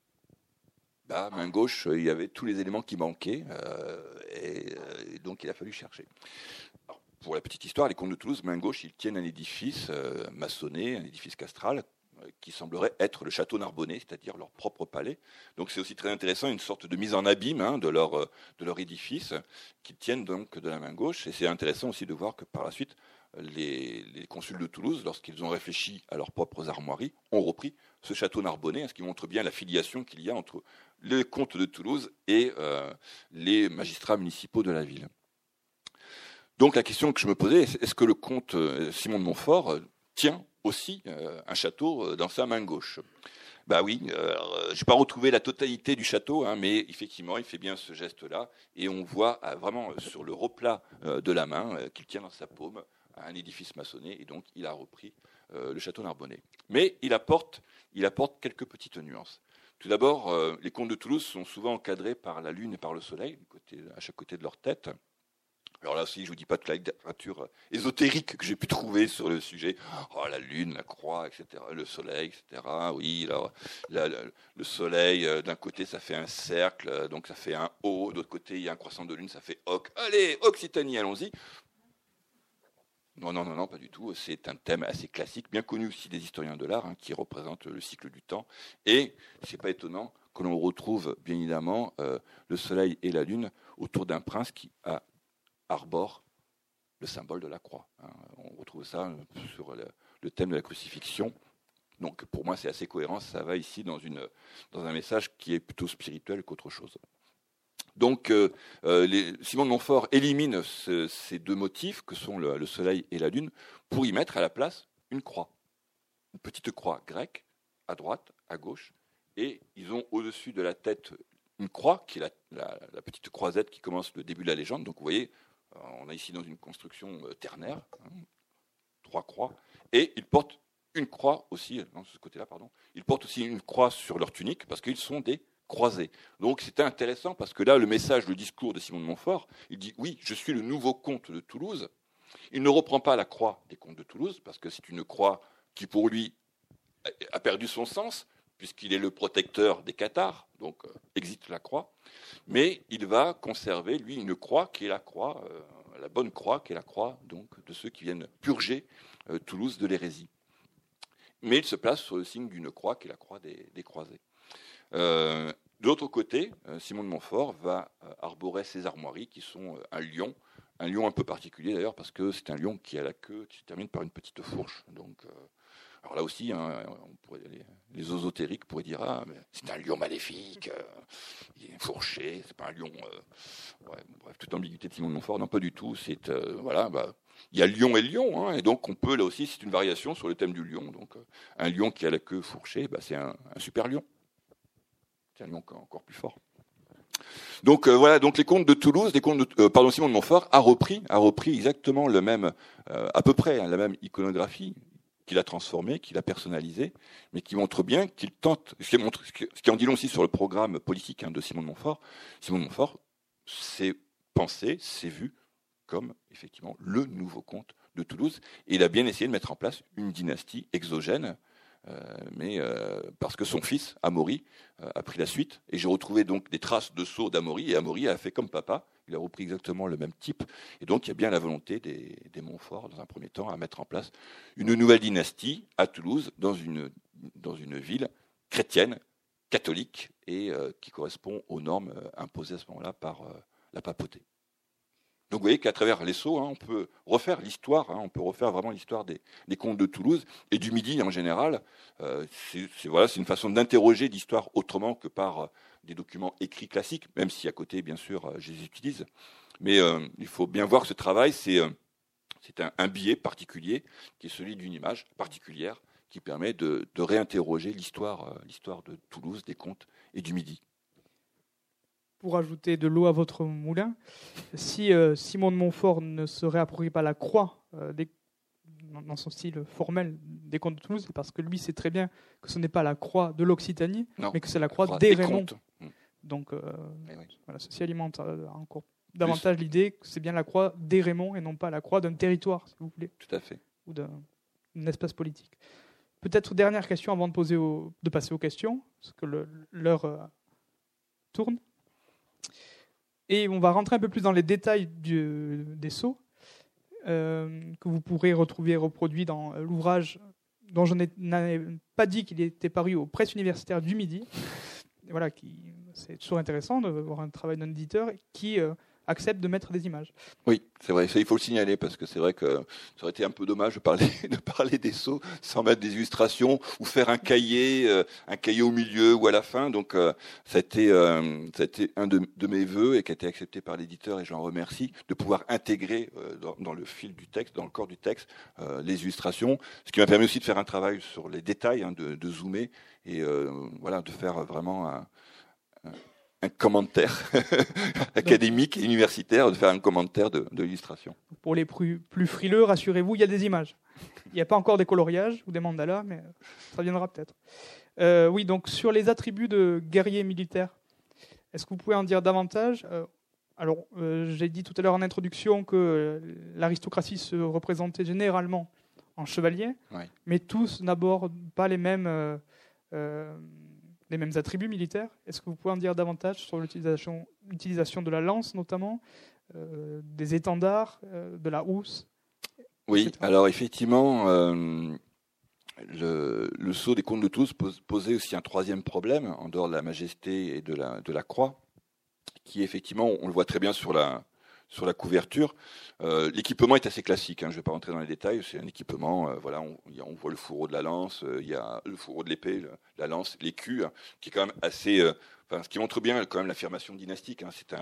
il y avait tous les éléments qui manquaient, et donc il a fallu chercher. Alors, pour la petite histoire, les comtes de Toulouse, main gauche, ils tiennent un édifice maçonné, un édifice castral, qui semblerait être le château Narbonnais, c'est-à-dire leur propre palais. Donc c'est aussi très intéressant, une sorte de mise en abîme de leur édifice, qu'ils tiennent donc de la main gauche. Et c'est intéressant aussi de voir que par la suite, les consuls de Toulouse, lorsqu'ils ont réfléchi à leurs propres armoiries, ont repris ce château Narbonnais, ce qui montre bien la filiation qu'il y a entre les comtes de Toulouse et les magistrats municipaux de la ville. Donc la question que je me posais, est-ce que le comte Simon de Montfort tient aussi un château dans sa main gauche? Oui, je n'ai pas retrouvé la totalité du château, mais effectivement, il fait bien ce geste-là, et on voit vraiment sur le replat de la main qu'il tient dans sa paume un édifice maçonné, et donc il a repris le château Narbonnais. Mais il apporte quelques petites nuances. Tout d'abord, les comtes de Toulouse sont souvent encadrés par la lune et par le soleil, à chaque côté de leur tête. Alors là aussi, je ne vous dis pas toute la littérature ésotérique que j'ai pu trouver sur le sujet. Oh, la lune, la croix, etc., le soleil, etc. Oui, alors, le soleil, d'un côté, ça fait un cercle, donc ça fait un O. De l'autre côté, il y a un croissant de lune, ça fait Oc. Allez, Occitanie, allons-y. Non, pas du tout. C'est un thème assez classique, bien connu aussi des historiens de l'art, qui représente le cycle du temps. Et c'est pas étonnant que l'on retrouve bien évidemment le soleil et la lune autour d'un prince qui arbore le symbole de la croix. On retrouve ça sur le thème de la crucifixion. Donc pour moi c'est assez cohérent, ça va ici dans un message qui est plutôt spirituel qu'autre chose. Donc Simon de Montfort élimine ces deux motifs que sont le soleil et la lune pour y mettre à la place une croix, une petite croix grecque à droite, à gauche, et ils ont au-dessus de la tête une croix qui est la petite croisette qui commence le début de la légende. Donc vous voyez, on est ici dans une construction ternaire, 3 croix, et ils portent une croix aussi, non, ce côté-là, pardon. Ils portent aussi une croix sur leur tunique parce qu'ils sont des croisés. Donc c'était intéressant parce que là, le message, le discours de Simon de Montfort, il dit oui, je suis le nouveau comte de Toulouse. Il ne reprend pas la croix des comtes de Toulouse parce que c'est une croix qui pour lui a perdu son sens puisqu'il est le protecteur des cathares, donc existe la croix. Mais il va conserver lui une croix qui est la croix, la bonne croix qui est la croix donc de ceux qui viennent purger Toulouse de l'hérésie. Mais il se place sur le signe d'une croix qui est la croix des croisés. De l'autre côté, Simon de Montfort va arborer ses armoiries qui sont un lion un peu particulier d'ailleurs parce que c'est un lion qui a la queue qui se termine par une petite fourche. Donc, alors là aussi, les ésotériques pourraient dire mais c'est un lion maléfique, il est fourché, c'est pas un lion. Bref, toute l'ambiguïté de Simon de Montfort, non pas du tout. C'est il y a lion et lion, et donc on peut là aussi, c'est une variation sur le thème du lion. Donc un lion qui a la queue fourchée, c'est un super lion. C'est un lion encore plus fort. Donc donc les contes de Toulouse, Simon de Montfort a repris exactement le même, à peu près la même iconographie qu'il a transformée, qu'il a personnalisée, mais qui montre bien qu'il tente, ce qui en dit long aussi sur le programme politique de Simon de Montfort. Simon de Montfort s'est pensé, s'est vu comme effectivement le nouveau comte de Toulouse, et il a bien essayé de mettre en place une dynastie exogène. Mais parce que son fils, Amaury, a pris la suite. Et j'ai retrouvé donc des traces de sceaux d'Amaury. Et Amaury a fait comme papa. Il a repris exactement le même type. Et donc, il y a bien la volonté des Montfort, dans un premier temps, à mettre en place une nouvelle dynastie à Toulouse, dans une ville chrétienne, catholique, et qui correspond aux normes imposées à ce moment-là par la papauté. Donc vous voyez qu'à travers les sceaux, on peut refaire l'histoire, on peut refaire vraiment l'histoire des contes de Toulouse et du Midi en général. C'est une façon d'interroger l'histoire autrement que par des documents écrits classiques, même si à côté, bien sûr, je les utilise. Mais il faut bien voir que ce travail, c'est un biais particulier qui est celui d'une image particulière qui permet de réinterroger l'histoire de Toulouse, des contes et du Midi. Pour ajouter de l'eau à votre moulin, si Simon de Montfort ne se réapproprie pas la croix dans son style formel des contes de Toulouse, c'est parce que lui sait très bien que ce n'est pas la croix de l'Occitanie, mais que c'est la croix des Raymond. Donc ceci alimente encore davantage l'idée que c'est bien la croix des Raymond et non pas la croix d'un territoire, si vous voulez. Tout à fait. Ou d'un espace politique. Peut-être dernière question avant de passer aux questions, parce que l'heure tourne. Et on va rentrer un peu plus dans les détails des sceaux que vous pourrez retrouver reproduits dans l'ouvrage dont je n'avais pas dit qu'il était paru aux presses universitaires du Midi. Et voilà, c'est toujours intéressant de voir un travail d'un éditeur qui accepte de mettre des images. Oui, c'est vrai, ça, il faut le signaler parce que c'est vrai que ça aurait été un peu dommage de parler des sceaux sans mettre des illustrations ou faire un cahier au milieu ou à la fin. Donc ça a été un de mes vœux et qui a été accepté par l'éditeur et j'en remercie de pouvoir intégrer dans le fil du texte, dans le corps du texte, les illustrations. Ce qui m'a permis aussi de faire un travail sur les détails, de zoomer et de faire vraiment un commentaire académique et universitaire, de faire un commentaire de l'illustration. Pour les plus frileux, rassurez-vous, il y a des images. Il n'y a pas encore des coloriages ou des mandalas, mais ça viendra peut-être. Oui, donc sur les attributs de guerrier militaire, est-ce que vous pouvez en dire davantage ? Alors, j'ai dit tout à l'heure en introduction que l'aristocratie se représentait généralement en chevalier, mais tous n'abordent pas les mêmes attributs militaires. Est-ce que vous pouvez en dire davantage sur l'utilisation de la lance, notamment, des étendards, de la housse ? Oui, etc. Alors effectivement, le sceau des comtes de Toulouse posait aussi un troisième problème, en dehors de la majesté et de la croix, qui effectivement, on le voit très bien sur la couverture. L'équipement est assez classique, hein, je ne vais pas rentrer dans les détails, c'est un équipement, voilà, on voit le fourreau de la lance, il y a le fourreau de l'épée, la lance, l'écu, hein, qui est quand même assez... ce qui montre bien quand même l'affirmation dynastique. Hein, c'est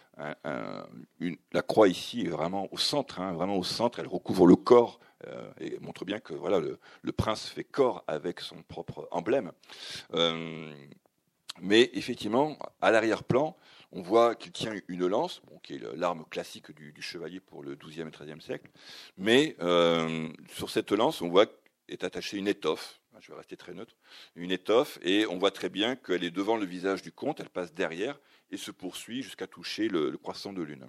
la croix ici est vraiment au centre, hein, vraiment au centre, elle recouvre le corps et montre bien que voilà, le prince fait corps avec son propre emblème. Mais effectivement, à l'arrière-plan, on voit qu'il tient une lance, qui est l'arme classique du chevalier pour le XIIe et XIIIe siècle. Mais sur cette lance, on voit est attachée une étoffe. Je vais rester très neutre. Une étoffe, et on voit très bien qu'elle est devant le visage du comte, elle passe derrière et se poursuit jusqu'à toucher le croissant de lune.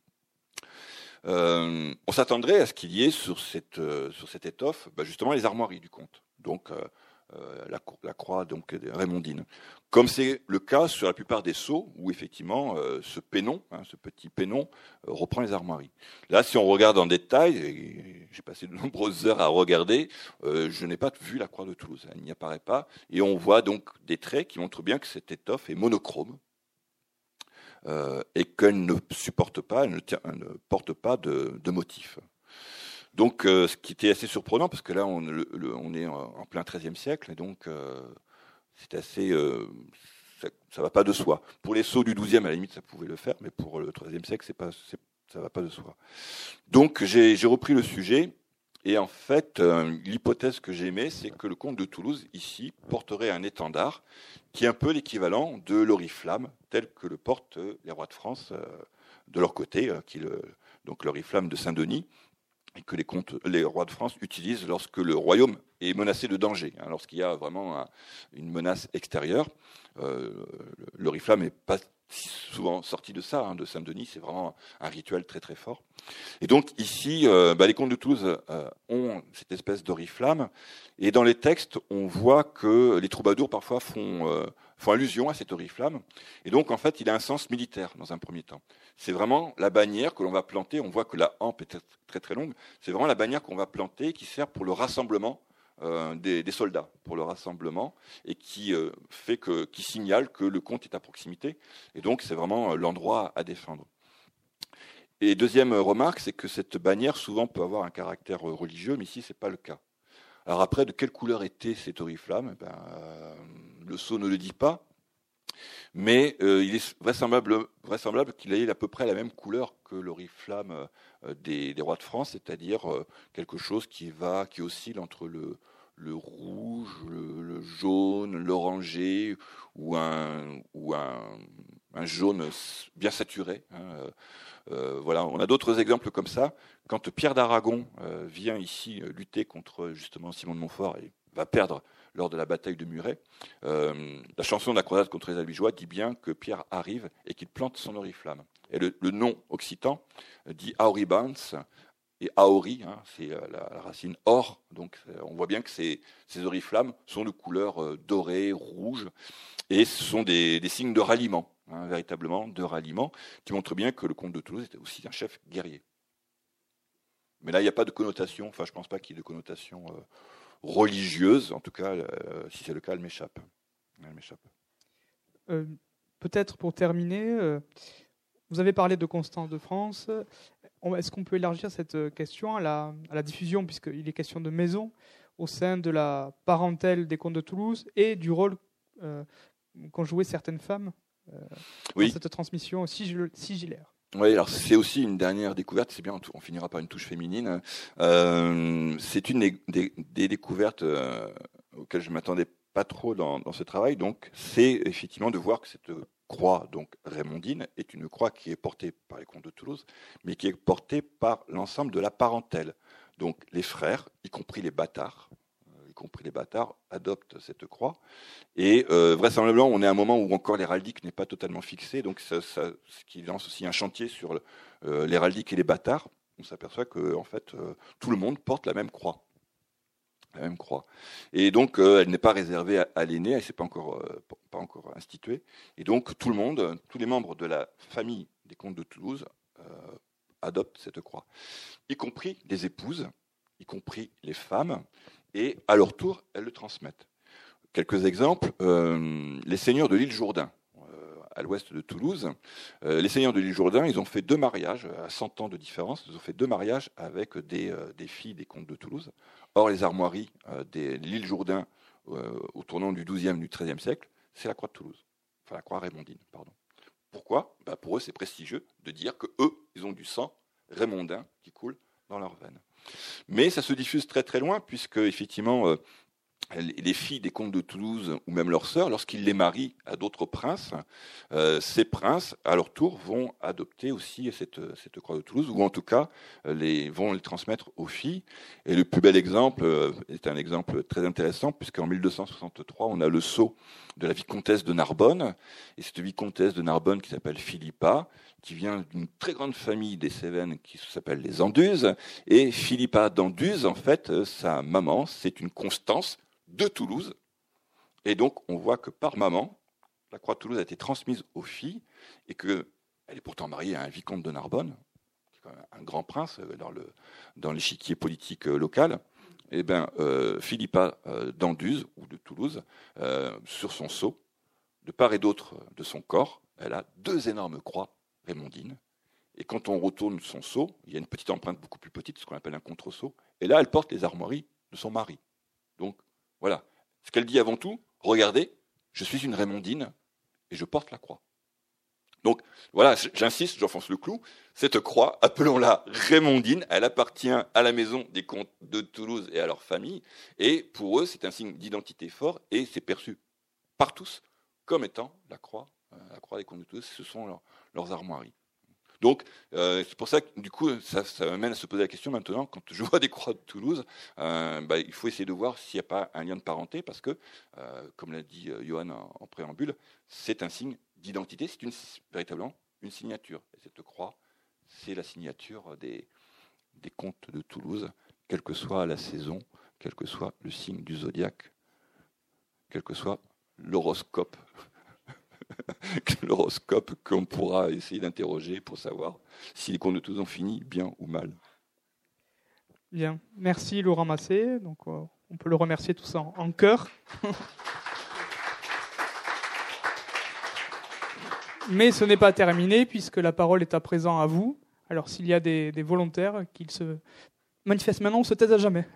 On s'attendrait à ce qu'il y ait sur cette étoffe, justement les armoiries du comte. Donc la croix donc raymondine. Comme c'est le cas sur la plupart des sceaux, où effectivement ce pénon, ce petit pénon, reprend les armoiries. Là, si on regarde en détail, et j'ai passé de nombreuses heures à regarder, je n'ai pas vu la croix de Toulouse, elle n'y apparaît pas, et on voit donc des traits qui montrent bien que cette étoffe est monochrome, et qu'elle ne supporte pas, elle ne porte pas de motif. Donc, ce qui était assez surprenant, parce que là, on est en plein XIIIe siècle, et donc c'est assez... ça va pas de soi. Pour les sceaux du XIIe, à la limite, ça pouvait le faire, mais pour le XIIIe siècle, ça va pas de soi. Donc, j'ai repris le sujet, et en fait, l'hypothèse que j'aimais, c'est que le comte de Toulouse, ici, porterait un étendard qui est un peu l'équivalent de l'oriflamme, tel que le portent les rois de France de leur côté, donc l'oriflamme de Saint-Denis, et que les rois de France utilisent lorsque le royaume est menacé de danger, lorsqu'il y a vraiment une menace extérieure. L'oriflamme n'est pas si souvent sorti de ça, de Saint-Denis, c'est vraiment un rituel très très fort. Et donc ici, les comtes de Toulouse ont cette espèce d'oriflamme, et dans les textes, on voit que les troubadours parfois font allusion à cette oriflamme, et donc en fait il a un sens militaire dans un premier temps. C'est vraiment la bannière que l'on va planter, on voit que la hampe est très très longue, c'est vraiment la bannière qu'on va planter qui sert pour le rassemblement des soldats, pour le rassemblement, et qui signale que le comte est à proximité, et donc c'est vraiment l'endroit à défendre. Et deuxième remarque, c'est que cette bannière souvent peut avoir un caractère religieux, mais ici c'est pas le cas. Alors après, de quelle couleur était cette oriflamme ? Le sceau ne le dit pas, mais il est vraisemblable qu'il ait à peu près la même couleur que l'oriflamme des rois de France, c'est-à-dire quelque chose qui oscille entre le rouge, le jaune, l'orangé, ou un jaune bien saturé. Voilà, on a d'autres exemples comme ça. Quand Pierre d'Aragon vient ici lutter contre justement Simon de Montfort et va perdre lors de la bataille de Muret, la chanson de la croisade contre les Albigeois dit bien que Pierre arrive et qu'il plante son oriflamme. Et le nom occitan dit auribans, et aori, c'est la racine or, donc on voit bien que ces oriflammes sont de couleur dorée, rouge, et ce sont des signes de ralliement, véritablement de ralliement, qui montrent bien que le comte de Toulouse était aussi un chef guerrier. Mais là, il n'y a pas de connotation, je ne pense pas qu'il y ait de connotation religieuse, en tout cas, si c'est le cas, elle m'échappe. Peut-être pour terminer, vous avez parlé de Constance de France. Est-ce qu'on peut élargir cette question à la diffusion, puisqu'il est question de maison, au sein de la parentèle des comtes de Toulouse, et du rôle qu'ont joué certaines femmes dans cette transmission sigillaire? Oui, alors c'est aussi une dernière découverte, c'est bien, on finira par une touche féminine. C'est une des découvertes auxquelles je ne m'attendais pas trop dans ce travail, donc c'est effectivement de voir que cette croix donc raymondine est une croix qui est portée par les comtes de Toulouse, mais qui est portée par l'ensemble de la parentèle. Donc les frères, y compris les bâtards, adoptent cette croix. Et vraisemblablement, on est à un moment où encore l'héraldique n'est pas totalement fixée, donc ce qui lance aussi un chantier sur l'héraldique et les bâtards. On s'aperçoit que en fait, tout le monde porte la même croix. Et donc, elle n'est pas réservée à l'aîné, elle ne s'est pas encore instituée. Et donc, tout le monde, tous les membres de la famille des comtes de Toulouse adoptent cette croix, y compris les épouses, y compris les femmes. et à leur tour, elles le transmettent. Quelques exemples, les seigneurs de l'île Jourdain, à l'ouest de Toulouse. Les seigneurs de l'île Jourdain, ils ont fait 2 mariages, à 100 ans de différence, ils ont fait 2 mariages avec des filles des comtes de Toulouse. Or, les armoiries de l'île Jourdain, au tournant du XIIe, du XIIIe siècle, c'est la croix de Toulouse, enfin la croix rémondine, pardon. Pourquoi ? Pour eux, c'est prestigieux de dire que eux, ils ont du sang rémondin qui coule dans leurs veines. Mais ça se diffuse très très loin, puisque effectivement, les filles des comtes de Toulouse, ou même leurs sœurs, lorsqu'ils les marient à d'autres princes, ces princes, à leur tour, vont adopter aussi cette croix de Toulouse, ou en tout cas, vont les transmettre aux filles. Et le plus bel exemple est un exemple très intéressant, puisqu'en 1263, on a le sceau de la vicomtesse de Narbonne, et cette vicomtesse de Narbonne qui s'appelle Philippa, qui vient d'une très grande famille des Cévennes qui s'appelle les Anduze, et Philippa d'Anduze, en fait, sa maman, c'est une Constance de Toulouse, et donc on voit que par maman, la croix de Toulouse a été transmise aux filles, et qu'elle est pourtant mariée à un vicomte de Narbonne, qui est quand même un grand prince dans l'échiquier politique local. Et Philippa d'Anduze, ou de Toulouse, sur son sceau, de part et d'autre de son corps, elle a 2 énormes croix rémondines, et quand on retourne son sceau, il y a une petite empreinte beaucoup plus petite, ce qu'on appelle un contre-sceau, et là elle porte les armoiries de son mari. Donc voilà, ce qu'elle dit avant tout, regardez, je suis une Rémondine et je porte la croix. Donc voilà, j'insiste, j'enfonce le clou, cette croix, appelons-la Rémondine, elle appartient à la maison des comtes de Toulouse et à leur famille, et pour eux c'est un signe d'identité fort, et c'est perçu par tous comme étant la croix des comtes de Toulouse, ce sont leurs armoiries. Donc, c'est pour ça que du coup, ça m'amène à se poser la question maintenant, quand je vois des croix de Toulouse, il faut essayer de voir s'il n'y a pas un lien de parenté, parce que, comme l'a dit Johan en préambule, c'est un signe d'identité, c'est véritablement une signature. Et cette croix, c'est la signature des comtes de Toulouse, quelle que soit la saison, quel que soit le signe du zodiaque, quel que soit l'horoscope. L'horoscope qu'on pourra essayer d'interroger pour savoir si les comtes de Toulouse ont fini bien ou mal. Bien, merci Laurent Massé. Donc, on peut le remercier tous en chœur. Mais ce n'est pas terminé, puisque la parole est à présent à vous. Alors, s'il y a des volontaires, qu'ils se manifestent maintenant, on se taise à jamais.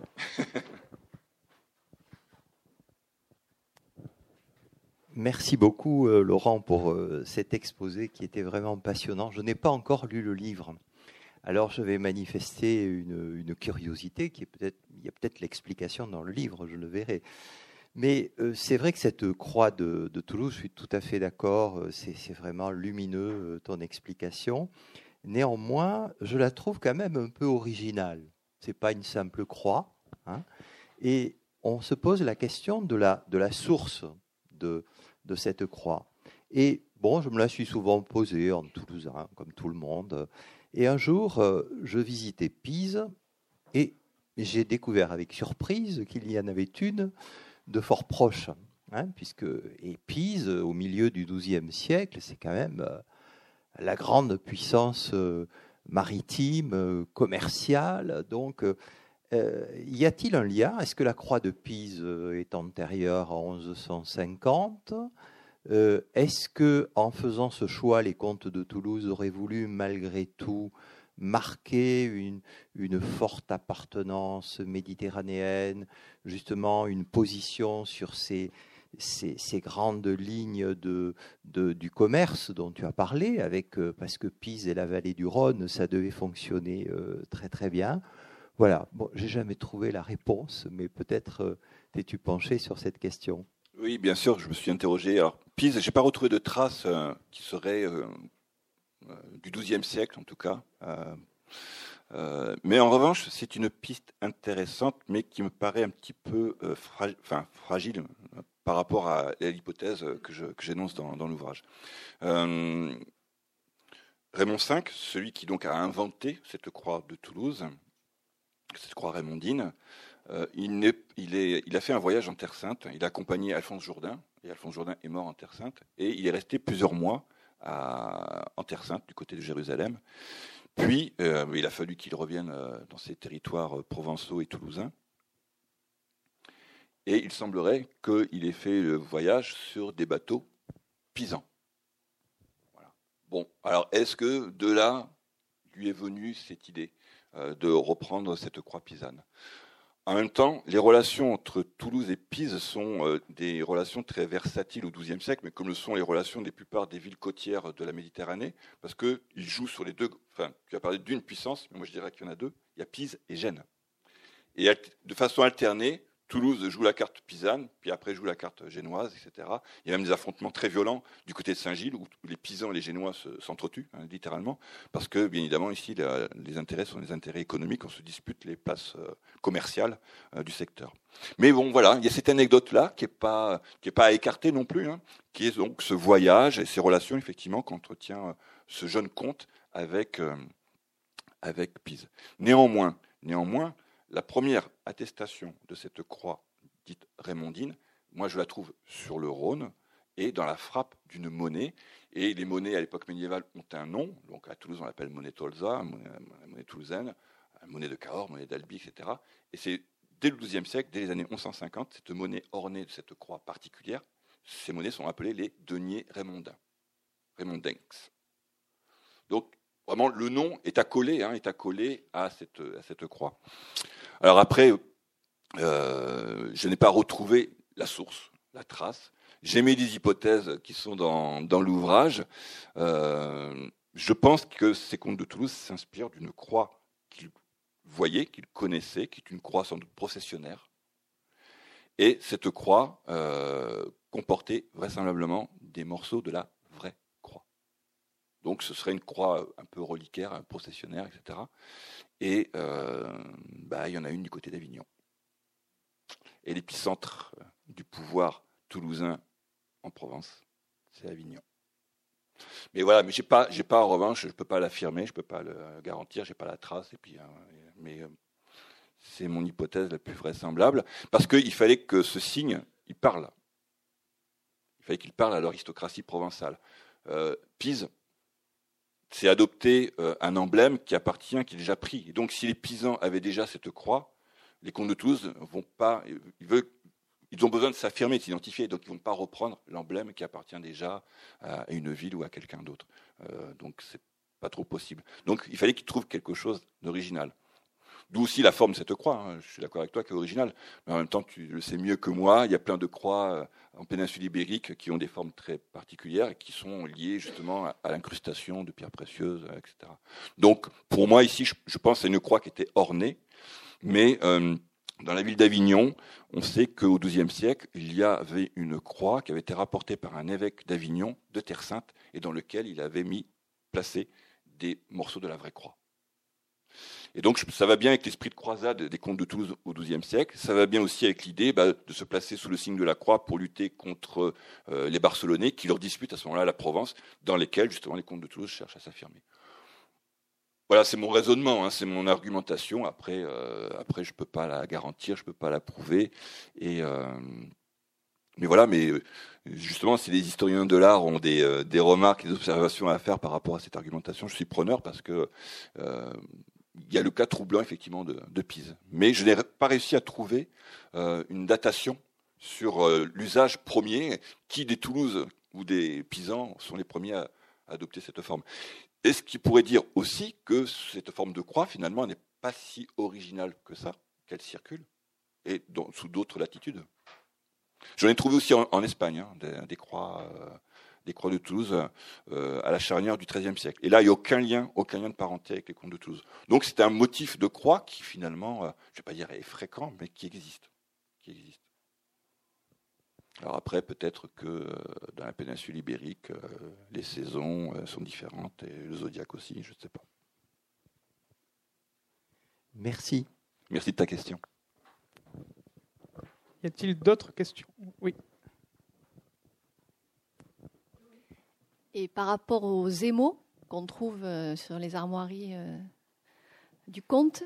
Merci beaucoup, Laurent, pour cet exposé qui était vraiment passionnant. Je n'ai pas encore lu le livre. Alors, je vais manifester une curiosité qui est il y a peut-être l'explication dans le livre, je le verrai. Mais c'est vrai que cette croix de Toulouse, je suis tout à fait d'accord, c'est vraiment lumineux, ton explication. Néanmoins, je la trouve quand même un peu originale. Ce n'est pas une simple croix. Hein, et on se pose la question de la source de cette croix. Et bon, je me la suis souvent posée en toulousain, comme tout le monde. Et un jour, je visitais Pise et j'ai découvert avec surprise qu'il y en avait une de fort proche. Hein, et Pise, au milieu du XIIe siècle, c'est quand même la grande puissance maritime, commerciale. Donc, y a-t-il un lien ? Est-ce que la croix de Pise est antérieure à 1150 ? Est-ce que, en faisant ce choix, les comtes de Toulouse auraient voulu, malgré tout, marquer une forte appartenance méditerranéenne, justement une position sur ces grandes lignes du commerce dont tu as parlé, parce que Pise et la vallée du Rhône, ça devait fonctionner très très bien. Voilà, bon, j'ai jamais trouvé la réponse, mais peut-être t'es-tu penché sur cette question ? Oui, bien sûr, je me suis interrogé. Alors, Pise, j'ai pas retrouvé de traces qui seraient du XIIe siècle, en tout cas. Mais en revanche, c'est une piste intéressante, mais qui me paraît un petit peu fragile par rapport à l'hypothèse que j'énonce dans l'ouvrage. Raymond V, celui qui donc a inventé cette croix de Toulouse, cette croix rémondine, il a fait un voyage en Terre Sainte. Il a accompagné Alphonse Jourdain, et Alphonse Jourdain est mort en Terre Sainte, et il est resté plusieurs mois en Terre Sainte, du côté de Jérusalem. Puis, il a fallu qu'il revienne dans ses territoires provençaux et toulousains. et il semblerait qu'il ait fait le voyage sur des bateaux pisans. Voilà. Bon, alors est-ce que de là lui est venue cette idée de reprendre cette croix pisane? En même temps, les relations entre Toulouse et Pise sont des relations très versatiles au XIIe siècle, mais comme le sont les relations des plupart des villes côtières de la Méditerranée, parce qu'ils jouent sur les deux. Enfin, tu as parlé d'une puissance, mais moi je dirais qu'il y en a deux. Il y a Pise et Gênes. Et de façon alternée, Toulouse joue la carte pisane, puis après joue la carte génoise, etc. Il y a même des affrontements très violents du côté de Saint-Gilles, où les Pisans et les Génois s'entretuent, littéralement, parce que, bien évidemment, ici, les intérêts sont des intérêts économiques, on se dispute les places commerciales du secteur. Mais bon, voilà, il y a cette anecdote-là qui n'est pas à écarter non plus, qui est donc ce voyage et ces relations, effectivement, qu'entretient ce jeune comte avec Pise. Néanmoins, la première attestation de cette croix dite raymondine, moi je la trouve sur le Rhône et dans la frappe d'une monnaie. Et les monnaies à l'époque médiévale ont un nom. Donc à Toulouse on l'appelle monnaie tolza, monnaie toulousaine, monnaie de Cahors, monnaie d'Albi, etc. Et c'est dès le XIIe siècle, dès les années 1150, cette monnaie ornée de cette croix particulière, ces monnaies sont appelées les deniers raymondins, raymondenses. Donc vraiment, le nom est accolé à cette croix. Alors après, je n'ai pas retrouvé la source, la trace. J'ai mis des hypothèses qui sont dans l'ouvrage. Je pense que ces comtes de Toulouse s'inspirent d'une croix qu'ils voyaient, qu'ils connaissaient, qui est une croix sans doute processionnaire. Et cette croix comportait vraisemblablement des morceaux de la vraie croix. Donc ce serait une croix un peu reliquaire, un processionnaire, etc. Et il y en a une du côté d'Avignon. Et l'épicentre du pouvoir toulousain en Provence, c'est Avignon. Mais voilà, mais j'ai pas en revanche, je peux pas l'affirmer, je peux pas le garantir, j'ai pas la trace. Et puis, mais c'est mon hypothèse la plus vraisemblable, parce qu'il fallait que ce signe, il parle. Il fallait qu'il parle à l'aristocratie provençale. Pise, c'est adopter un emblème qui appartient, qui est déjà pris. Et donc, si les Pisans avaient déjà cette croix, les comtes de Toulouse vont pas. Ils ont besoin de s'affirmer, de s'identifier, donc ils ne vont pas reprendre l'emblème qui appartient déjà à une ville ou à quelqu'un d'autre. Donc, c'est pas trop possible. Donc, il fallait qu'ils trouvent quelque chose d'original. D'où aussi la forme de cette croix. Je suis d'accord avec toi, qui est originale. Mais en même temps, tu le sais mieux que moi, il y a plein de croix en péninsule ibérique qui ont des formes très particulières et qui sont liées justement à l'incrustation de pierres précieuses, etc. Donc, pour moi, ici, je pense à une croix qui était ornée. Mais dans la ville d'Avignon, on sait qu'au XIIe siècle, il y avait une croix qui avait été rapportée par un évêque d'Avignon, de Terre Sainte, et dans lequel il avait placé des morceaux de la vraie croix. Et donc, ça va bien avec l'esprit de croisade des comtes de Toulouse au XIIe siècle. Ça va bien aussi avec l'idée de se placer sous le signe de la croix pour lutter contre les Barcelonais qui leur disputent à ce moment-là la Provence, dans lesquels, justement, les comtes de Toulouse cherchent à s'affirmer. Voilà, c'est mon raisonnement, c'est mon argumentation. Après, je ne peux pas la garantir, je ne peux pas la prouver. Mais voilà, mais justement, si les historiens de l'art ont des remarques, des observations à faire par rapport à cette argumentation, je suis preneur parce que il y a le cas troublant effectivement de Pise. Mais je n'ai pas réussi à trouver une datation sur l'usage premier, qui des Toulouse ou des Pisans sont les premiers à adopter cette forme. Et ce qui pourrait dire aussi que cette forme de croix, finalement, n'est pas si originale que ça, qu'elle circule, et sous d'autres latitudes. J'en ai trouvé aussi en Espagne, des croix de Toulouse à la charnière du XIIIe siècle. Et là, il n'y a aucun lien de parenté avec les comtes de Toulouse. Donc c'est un motif de croix qui, finalement, je ne vais pas dire est fréquent, mais qui existe. Alors après, peut-être que dans la péninsule ibérique, les saisons sont différentes, et le zodiaque aussi, je ne sais pas. Merci. Merci de ta question. Y a-t-il d'autres questions? Oui. Et par rapport aux émaux qu'on trouve sur les armoiries du comte?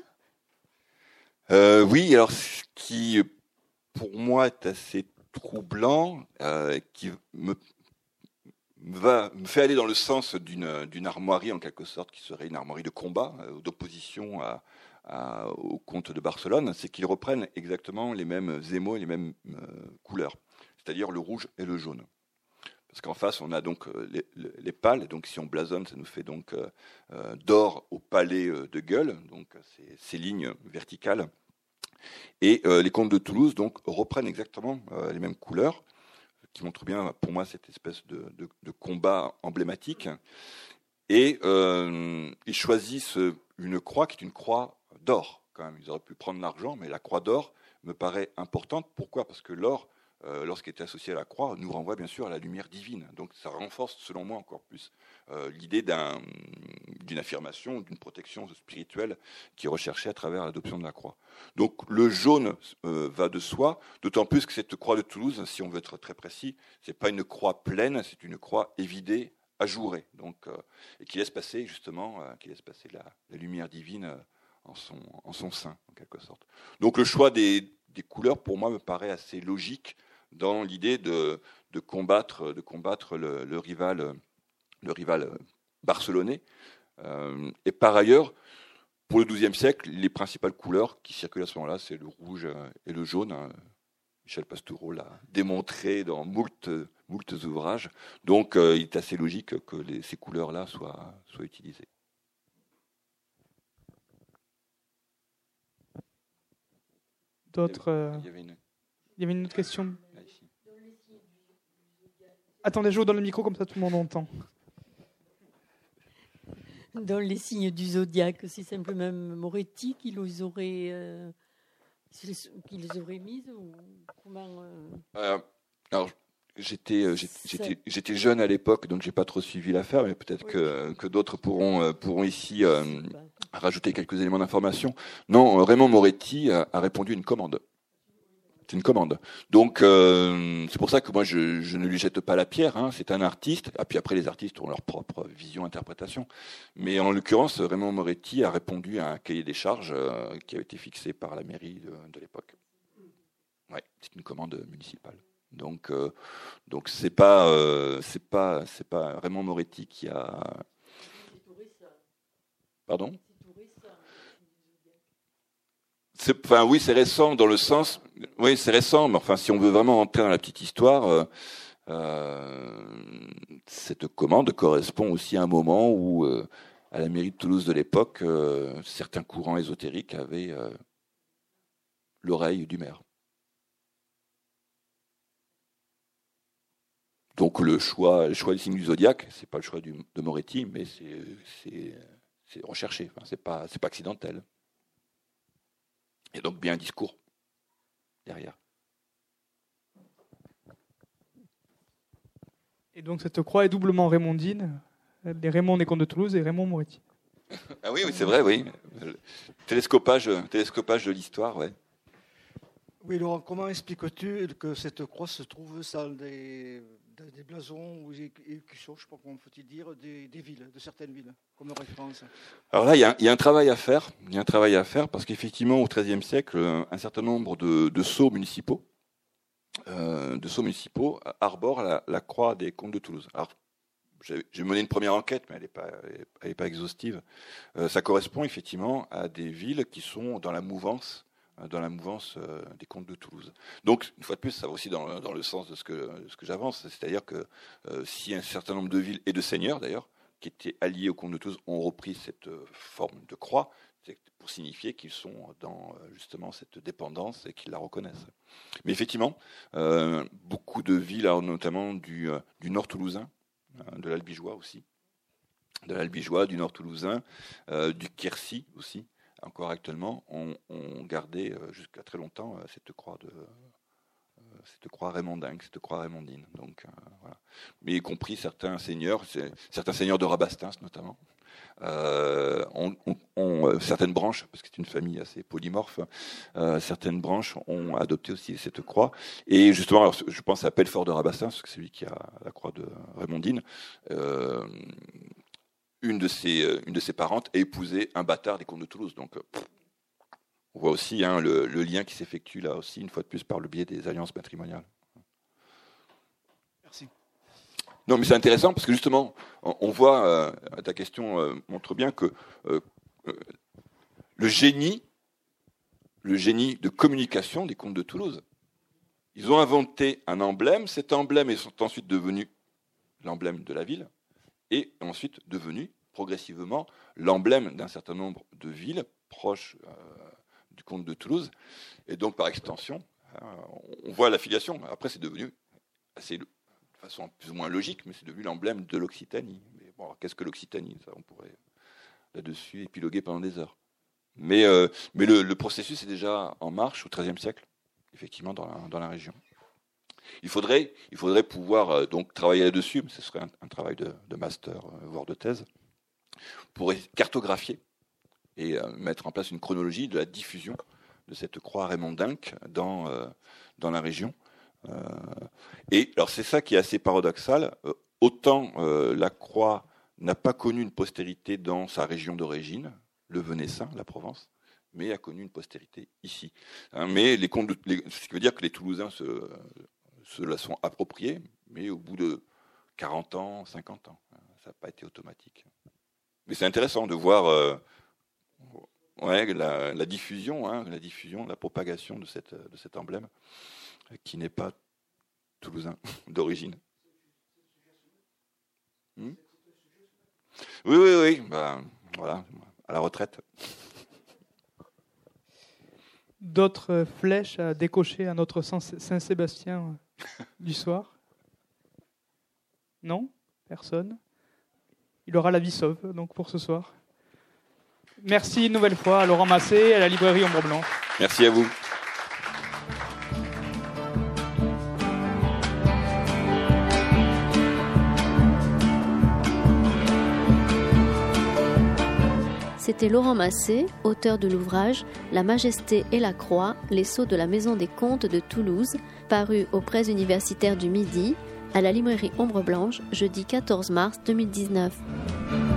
Oui, alors ce qui, pour moi, est assez troublant, qui me fait aller dans le sens d'une armoirie, en quelque sorte, qui serait une armoirie de combat, d'opposition au comte de Barcelone, c'est qu'ils reprennent exactement les mêmes émaux et les mêmes couleurs, c'est-à-dire le rouge et le jaune. Parce qu'en face, on a donc les pales, donc si on blasonne, ça nous fait donc d'or au palais de gueule, donc ces lignes verticales. Et les comtes de Toulouse donc reprennent exactement les mêmes couleurs, qui montrent bien pour moi cette espèce de combat emblématique. Et ils choisissent une croix qui est une croix d'or, quand même. Ils auraient pu prendre l'argent, mais la croix d'or me paraît importante. Pourquoi ? Parce que l'or, lorsqu'il est associé à la croix, nous renvoie bien sûr à la lumière divine. Donc ça renforce, selon moi, encore plus l'idée d'une affirmation, d'une protection spirituelle qui est recherchée à travers l'adoption de la croix. Donc le jaune va de soi, d'autant plus que cette croix de Toulouse, si on veut être très précis, c'est pas une croix pleine, c'est une croix évidée, ajourée, donc et qui laisse passer justement, la lumière divine en son sein, en quelque sorte. Donc le choix des couleurs, pour moi, me paraît assez logique dans l'idée de combattre le rival barcelonais. Et par ailleurs, pour le XIIe siècle, les principales couleurs qui circulent à ce moment-là, c'est le rouge et le jaune. Michel Pastoureau l'a démontré dans moult ouvrages. Donc, il est assez logique que ces couleurs-là soient utilisées. D'autres. Il y avait une autre question. Attendez, je vous donne le micro comme ça tout le monde entend. Dans les signes du zodiaque, c'est simplement Moretti qui les aurait mises ou comment Alors, j'étais jeune à l'époque, donc j'ai pas trop suivi l'affaire, mais peut-être que d'autres pourront ici rajouter quelques éléments d'information. Non, Raymond Moretti a répondu à une commande. C'est une commande. Donc, c'est pour ça que moi, je ne lui jette pas la pierre. Hein. C'est un artiste. Et puis après, les artistes ont leur propre vision, interprétation. Mais en l'occurrence, Raymond Moretti a répondu à un cahier des charges qui avait été fixé par la mairie de l'époque. Ouais, c'est une commande municipale. Donc c'est pas Raymond Moretti qui a. Pardon ? Oui, c'est récent dans le sens. Oui, c'est récent, mais enfin, si on veut vraiment entrer dans la petite histoire, cette commande correspond aussi à un moment où, à la mairie de Toulouse de l'époque, certains courants ésotériques avaient l'oreille du maire. Donc le choix du signe du zodiaque, c'est pas le choix de Moretti, mais c'est recherché. Enfin, c'est pas accidentel. Il y a donc bien un discours derrière. Et donc cette croix est doublement raymondine, les Raymond des comtes de Toulouse et Raymond Moretti. Ah oui, c'est vrai, oui. Télescopage de l'histoire, ouais. Oui, Laurent, comment expliques-tu que cette croix se trouve dans des blasons ou des écussons, je ne sais pas comment faut-il dire, des villes, de certaines villes, comme référence? Alors là, il y a un travail à faire. Il y a un travail à faire parce qu'effectivement, au XIIIe siècle, un certain nombre de sceaux municipaux arborent la croix des comtes de Toulouse. Alors, j'ai mené une première enquête, mais elle n'est pas exhaustive. Ça correspond effectivement à des villes qui sont dans la mouvance des comtes de Toulouse. Donc, une fois de plus, ça va aussi dans le sens de ce que j'avance, c'est-à-dire que si un certain nombre de villes et de seigneurs, d'ailleurs, qui étaient alliés aux comtes de Toulouse, ont repris cette forme de croix, c'est pour signifier qu'ils sont dans justement cette dépendance et qu'ils la reconnaissent. Mais effectivement, beaucoup de villes, notamment du nord toulousain, de l'Albigeois aussi, du nord toulousain, du Quercy aussi, encore actuellement, ont gardé jusqu'à très longtemps cette croix raymondingue, cette croix raymondine. Donc, voilà. Mais y compris certains seigneurs de Rabastens notamment, certaines branches, parce que c'est une famille assez polymorphe, certaines branches ont adopté aussi cette croix. Et justement, alors, je pense à Pelfort de Rabastens, parce que c'est lui qui a la croix de raymondine. Une de ses parentes a épousé un bâtard des comtes de Toulouse. Donc, on voit aussi le lien qui s'effectue là aussi, une fois de plus, par le biais des alliances matrimoniales. Merci. Non, mais c'est intéressant parce que justement, on voit, ta question montre bien que le génie de communication des comtes de Toulouse. Ils ont inventé un emblème. Cet emblème est ensuite devenu l'emblème de la ville et ensuite devenu progressivement l'emblème d'un certain nombre de villes proches du comte de Toulouse. Et donc, par extension, on voit l'affiliation. Après, c'est devenu assez, de façon plus ou moins logique, mais c'est devenu l'emblème de l'Occitanie. Mais bon, alors, qu'est-ce que l'Occitanie ? Ça, on pourrait là-dessus épiloguer pendant des heures. Mais le processus est déjà en marche au XIIIe siècle, effectivement, dans la région. Il faudrait pouvoir donc travailler là-dessus, mais ce serait un travail de master, voire de thèse, pour cartographier et mettre en place une chronologie de la diffusion de cette croix Raymond-Dinck dans la région. Et alors c'est ça qui est assez paradoxal. Autant la croix n'a pas connu une postérité dans sa région d'origine, le Venessin, la Provence, mais a connu une postérité ici. Mais ce qui veut dire que les Toulousains se la sont appropriés, mais au bout de 40 ans, 50 ans. Ça n'a pas été automatique. Mais c'est intéressant de voir la diffusion, la propagation de cet emblème, qui n'est pas toulousain d'origine. Oui. Voilà, à la retraite. D'autres flèches à décocher à notre Saint-Sébastien du soir ? Non ? Personne ? Il aura la vie sauve, donc, pour ce soir. Merci une nouvelle fois à Laurent Massé et à la librairie Ombre Blanche. Merci à vous. C'était Laurent Massé, auteur de l'ouvrage « La Majesté et la Croix, les sceaux de la Maison des Comtes de Toulouse », paru aux Presses universitaires du Midi, à la librairie Ombre Blanche, jeudi 14 mars 2019.